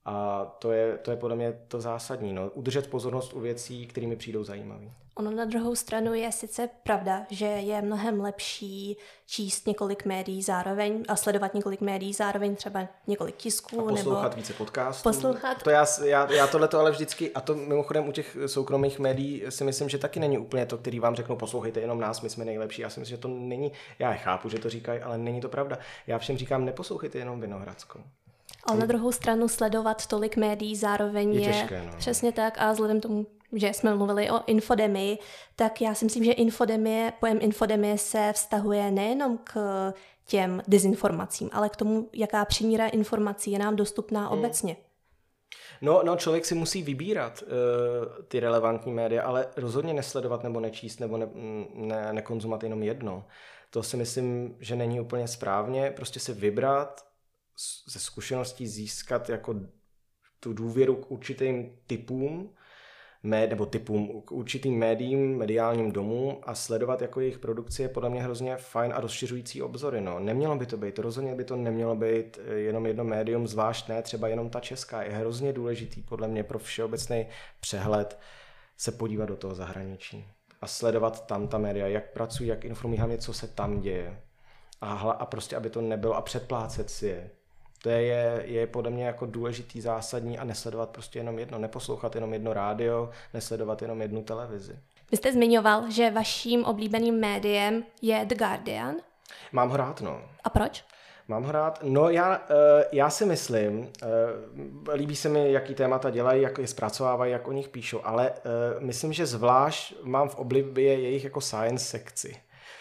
A to je, to je podle mě to zásadní, no. Udržet pozornost u věcí, které mi přijdou zajímavé. Ono na druhou stranu je sice pravda, že je mnohem lepší číst několik médií zároveň a sledovat několik médií zároveň, třeba několik tisků. A poslouchat nebo více podcastů. Poslouchat. To já, já, já tohleto ale vždycky, a to mimochodem u těch soukromých médií si myslím, že taky není úplně to, který vám řeknou, poslouchejte jenom nás, my jsme nejlepší. Já si myslím, že to není, já chápu, že to říkají, ale není to pravda. Já všem říkám, neposlouchejte jenom Vinohradskou. Ale na druhou stranu sledovat tolik médií zároveň je, je těžké, no. Přesně tak a vzhledem tomu, že jsme mluvili o infodemii, tak já si myslím, že infodemie, pojem infodemie se vztahuje nejenom k těm dezinformacím, ale k tomu, jaká přímíra informací je nám dostupná hmm. obecně. No, no, člověk si musí vybírat uh, ty relevantní média, ale rozhodně nesledovat nebo nečíst nebo ne, ne, nekonzumovat jenom jedno. To si myslím, že není úplně správně. Prostě si vybrat, ze zkušeností získat jako tu důvěru k určitým typům, mé, nebo typům, k určitým médiím, mediálním domům a sledovat jako jejich produkci je podle mě hrozně fajn a rozšiřující obzory. No. Nemělo by to být, rozhodně by to nemělo být jenom jedno médium, zvlášť ne, třeba jenom ta česká. Je hrozně důležitý podle mě pro všeobecný přehled se podívat do toho zahraničí a sledovat tam ta média, jak pracují, jak informují, hlavně co se tam děje. A, hla, a prostě, aby to nebylo a předplácet si je. To je, je podle mě jako důležitý, zásadní a nesledovat prostě jenom jedno, neposlouchat jenom jedno rádio, nesledovat jenom jednu televizi. Vy jste zmiňoval, že vaším oblíbeným médiem je The Guardian. Mám ho rád, no. A proč? Mám ho rád. No já, já si myslím, líbí se mi, jaký témata dělají, jak je zpracovávají, jak o nich píšou, ale myslím, že zvlášť mám v oblibě jejich jako science sekci.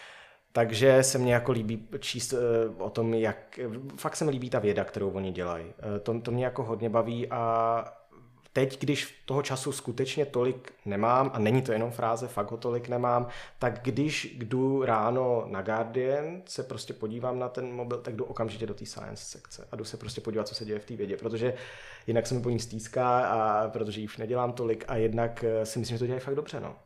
Takže se mně jako líbí číst uh, o tom, jak... Fakt se mi líbí ta věda, kterou oni dělají. Uh, to, to mě jako hodně baví a teď, když toho času skutečně tolik nemám, a není to jenom fráze, fakt ho tolik nemám, tak když jdu ráno na Guardian, se prostě podívám na ten mobil, tak jdu okamžitě do té science sekce a jdu se prostě podívat, co se děje v té vědě, protože jinak se mi po ní stýská a protože ji už nedělám tolik a jednak si myslím, že to dělají fakt dobře, no.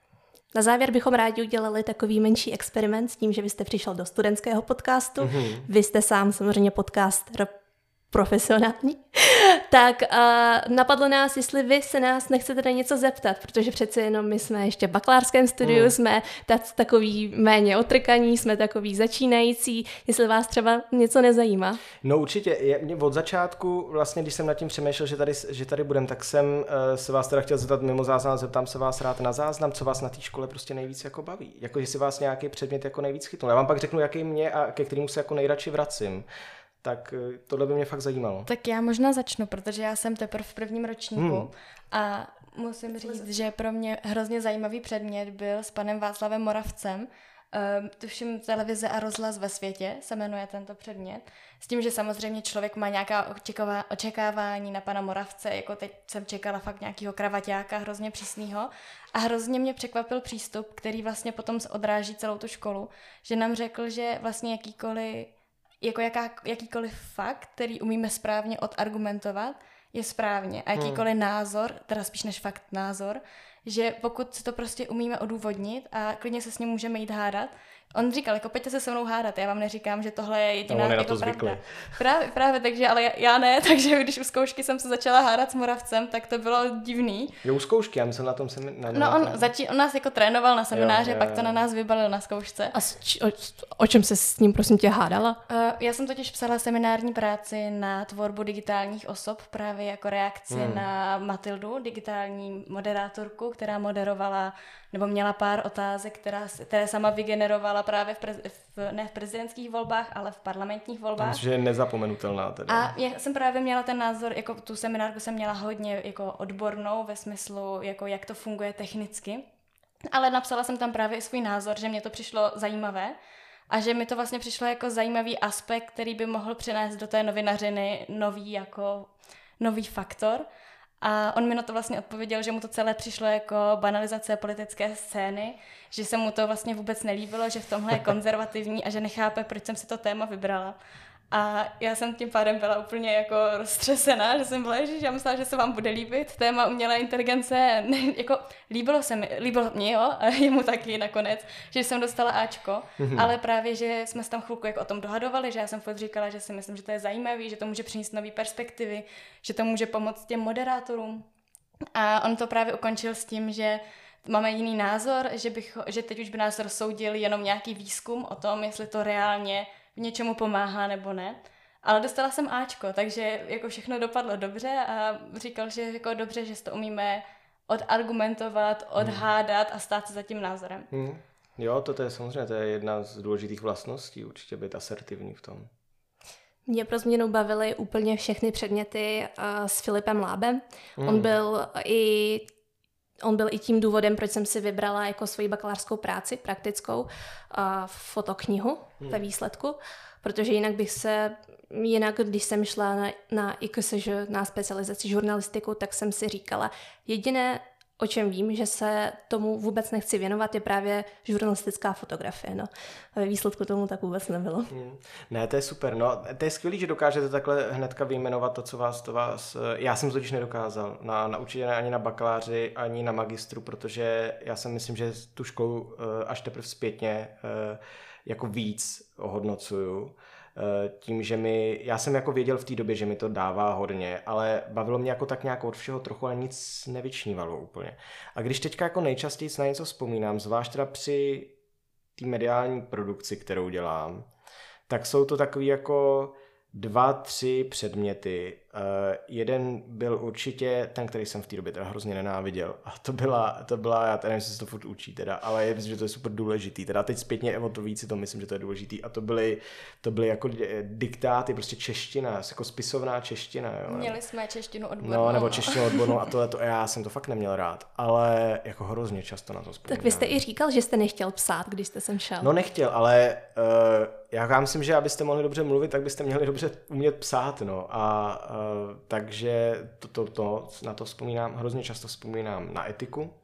Na závěr bychom rádi udělali takový menší experiment s tím, že vy jste přišel do studentského podcastu. Mm-hmm. Vy jste sám samozřejmě podcaster profesionální. Tak uh, napadlo nás, jestli vy se nás nechcete na něco zeptat, protože přece jenom my jsme ještě v bakalářském studiu, mm. jsme tak, takový méně otrkaní, jsme takový začínající, jestli vás třeba něco nezajímá. No určitě, je, mě od začátku, vlastně když jsem nad tím přemýšlel, že tady, že tady budem, tak jsem uh, se vás teda chtěl zeptat mimo záznam, zeptám se vás rád na záznam, co vás na té škole prostě nejvíc jako baví, jako jestli vás nějaký předmět jako nejvíc chytnul. Já vám pak řeknu, jaký mě a ke kterému se jako nejradši vracím. Tak tohle by mě fakt zajímalo. Tak já možná začnu, protože já jsem teprve v prvním ročníku hmm. a musím říct, že pro mě hrozně zajímavý předmět byl s panem Václavem Moravcem. Uh, tuším televize a rozhlas ve světě se jmenuje tento předmět. S tím, že samozřejmě člověk má nějaká očekává, očekávání na pana Moravce, jako teď jsem čekala fakt nějakýho kravaťáka hrozně přísnýho a hrozně mě překvapil přístup, který vlastně potom odráží celou tu školu, že nám řekl, že vlastně jakýkoliv jako jaká, jakýkoliv fakt, který umíme správně odargumentovat, je správně. A jakýkoliv hmm. názor, teda spíš než fakt názor, že pokud to prostě umíme odůvodnit a klidně se s ním můžeme jít hádat. On říkal, jako pojďte se se mnou hádat, já vám neříkám, že tohle je jediná no, jako pravda. Právě, právě, takže, ale já, já ne, takže když u zkoušky jsem se začala hádat s Moravcem, tak to bylo divný. Jo, u zkoušky, já myslím na tom semináři. No on, začí, on nás jako trénoval na semináři, jo, jo, jo. Pak to na nás vybalil na zkoušce. A č, o, o čem se s ním prosím tě hádala? Uh, já jsem totiž psala seminární práci na tvorbu digitálních osob, právě jako reakci hmm. na Matildu, digitální moderátorku, která moderovala, nebo měla pár otázek, která, které sama vygenerovala právě v, prez, v, ne v prezidentských volbách, ale v parlamentních volbách. Myslím, že je nezapomenutelná teda. A já jsem právě měla ten názor, jako tu seminárku jsem měla hodně jako odbornou ve smyslu, jako jak to funguje technicky, ale napsala jsem tam právě i svůj názor, že mě to přišlo zajímavé a že mi to vlastně přišlo jako zajímavý aspekt, který by mohl přinést do té novinařiny nový jako nový faktor. A on mi na to vlastně odpověděl, že mu to celé přišlo jako banalizace politické scény, že se mu to vlastně vůbec nelíbilo, že v tomhle je konzervativní a že nechápe, proč jsem si to téma vybrala. A já jsem tím pádem byla úplně jako roztřesená, že jsem byla, že já myslela, že se vám bude líbit téma umělé inteligence. Ne, jako líbilo se mi, líbilo mě, jo, a jemu taky nakonec, že jsem dostala Ačko, mm-hmm. ale právě, že jsme se tam chvilku jako o tom dohadovali, že já jsem furt říkala, že si myslím, že to je zajímavý, že to může přinést nové perspektivy, že to může pomoct těm moderátorům. A on to právě ukončil s tím, že máme jiný názor, že, bych, že teď už by nás rozsoudil jenom nějaký výzkum o tom, jestli to reálně něčemu pomáhá nebo ne. Ale dostala jsem Ačko, takže jako všechno dopadlo dobře a říkal, že jako dobře, že to umíme odargumentovat, odhádat a stát se za tím názorem. Hmm. Jo, to, to je samozřejmě to je jedna z důležitých vlastností, určitě být asertivní v tom. Mě pro změnu bavily úplně všechny předměty uh, s Filipem Lábem. Hmm. On byl i On byl i tím důvodem, proč jsem si vybrala jako svoji bakalářskou práci praktickou uh, fotoknihu hmm. ve výsledku, protože jinak bych se, jinak když jsem šla na, na I K S Ž, na specializaci žurnalistiku, tak jsem si říkala, jediné, o čem vím, že se tomu vůbec nechci věnovat, je právě žurnalistická fotografie. No. A ve výsledku tomu tak vůbec nebylo. Hmm. Ne, to je super. No, to je skvělý, že dokážete takhle hnedka vyjmenovat to, co vás to vás... Já jsem to totiž nedokázal. Na, na určitě ani na bakaláři, ani na magistru, protože já si myslím, že tu školu až teprve zpětně jako víc ohodnocuju. Tím, že mi, já jsem jako věděl v té době, že mi to dává hodně, ale bavilo mě jako tak nějak od všeho trochu, ale nic nevyčnívalo úplně. A když teďka jako nejčastěji na něco vzpomínám, zvlášť teda při té mediální produkci, kterou dělám, tak jsou to takový jako dva, tři předměty. Uh, jeden byl určitě ten, který jsem v té době teda hrozně nenáviděl. A to byla, to byla, já teda nevím, jestli se to furt učí teda, ale je myslím, že to je super důležitý. Teda teď zpětně o to víc si to myslím, že to je důležitý. A to byly, to byly jako diktáty, prostě čeština, jako spisovná čeština. Jo, Měli jsme češtinu odbornou. No, nebo češtinu odbornou a tohle to, já jsem to fakt neměl rád. Ale jako hrozně často na to vzpomínám. Tak vy jste i říkal, že jste nechtěl psát, když jste sem šel. No nechtěl, ale uh, já myslím, že abyste mohli dobře mluvit, tak byste měli dobře umět psát, no. A uh, takže to, to, to, na to vzpomínám, hrozně často vzpomínám na etiku, uh,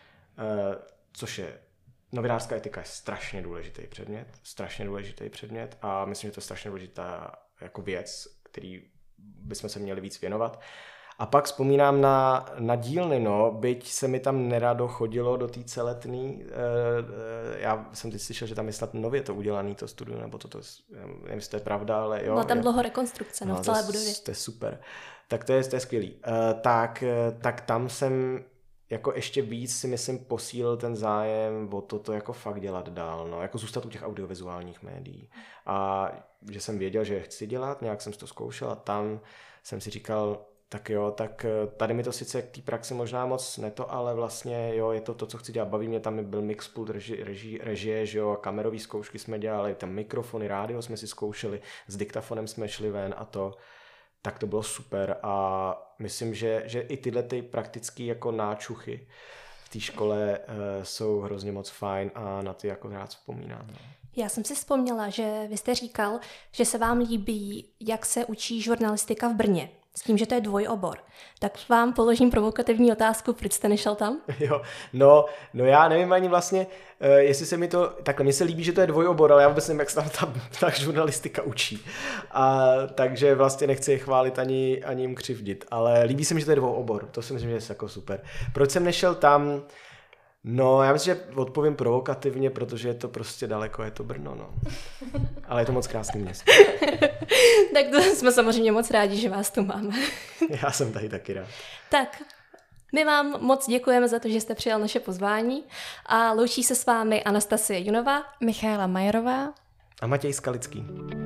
což je, novinářská etika je strašně důležitý předmět, strašně důležitý předmět a myslím, že to je strašně důležitá jako věc, který bychom se měli víc věnovat. A pak vzpomínám na, na dílny, no, byť se mi tam nerado chodilo do té celetný. E, e, já jsem teď slyšel, že tam je snad nově to udělaný, to studium, nebo to, to nevím, jestli to je pravda, ale jo. Byla tam je, dlouho rekonstrukce, no, no v celé to, budově. To je super. Tak to je, to je skvělý. E, tak, tak tam jsem jako ještě víc si myslím posílil ten zájem o to, to jako fakt dělat dál, no, jako zůstat u těch audiovizuálních médií. A že jsem věděl, že chci dělat, nějak jsem si to zkoušel a tam jsem si říkal, tak jo, tak tady mi to sice k té praxi možná moc neto, ale vlastně jo, je to to, co chci dělat. Baví mě, tam byl mixpult, reži, reži, režie, že jo, kamerový zkoušky jsme dělali, tam mikrofony, rádio jsme si zkoušeli, s diktafonem jsme šli ven a to, tak to bylo super a myslím, že, že i tyhle ty praktické jako náčuchy v té škole uh, jsou hrozně moc fajn a na ty jako rád vzpomínám. No. Já jsem si vzpomněla, že vy jste říkal, že se vám líbí, jak se učí žurnalistika v Brně. S tím, že to je dvojobor. Tak vám položím provokativní otázku, proč jste nešel tam? Jo, no, no já nevím ani vlastně, uh, jestli se mi to, takhle, mně se líbí, že to je dvojobor, ale já vůbec nevím, jak se tam ta, ta žurnalistika učí. A takže vlastně nechci je chválit ani, ani jim křivdit, ale líbí se mi, že to je dvojobor, to si myslím, že je jako super. Proč jsem nešel tam? No, já myslím, že odpovím provokativně, protože je to prostě daleko, je to Brno, no. Ale je to moc krásný město. Tak to jsme samozřejmě moc rádi, že vás tu máme. Já jsem tady taky rád. Tak, my vám moc děkujeme za to, že jste přijal naše pozvání a loučí se s vámi Anastasie Junová, Michaela Majerová a Matěj Skalický.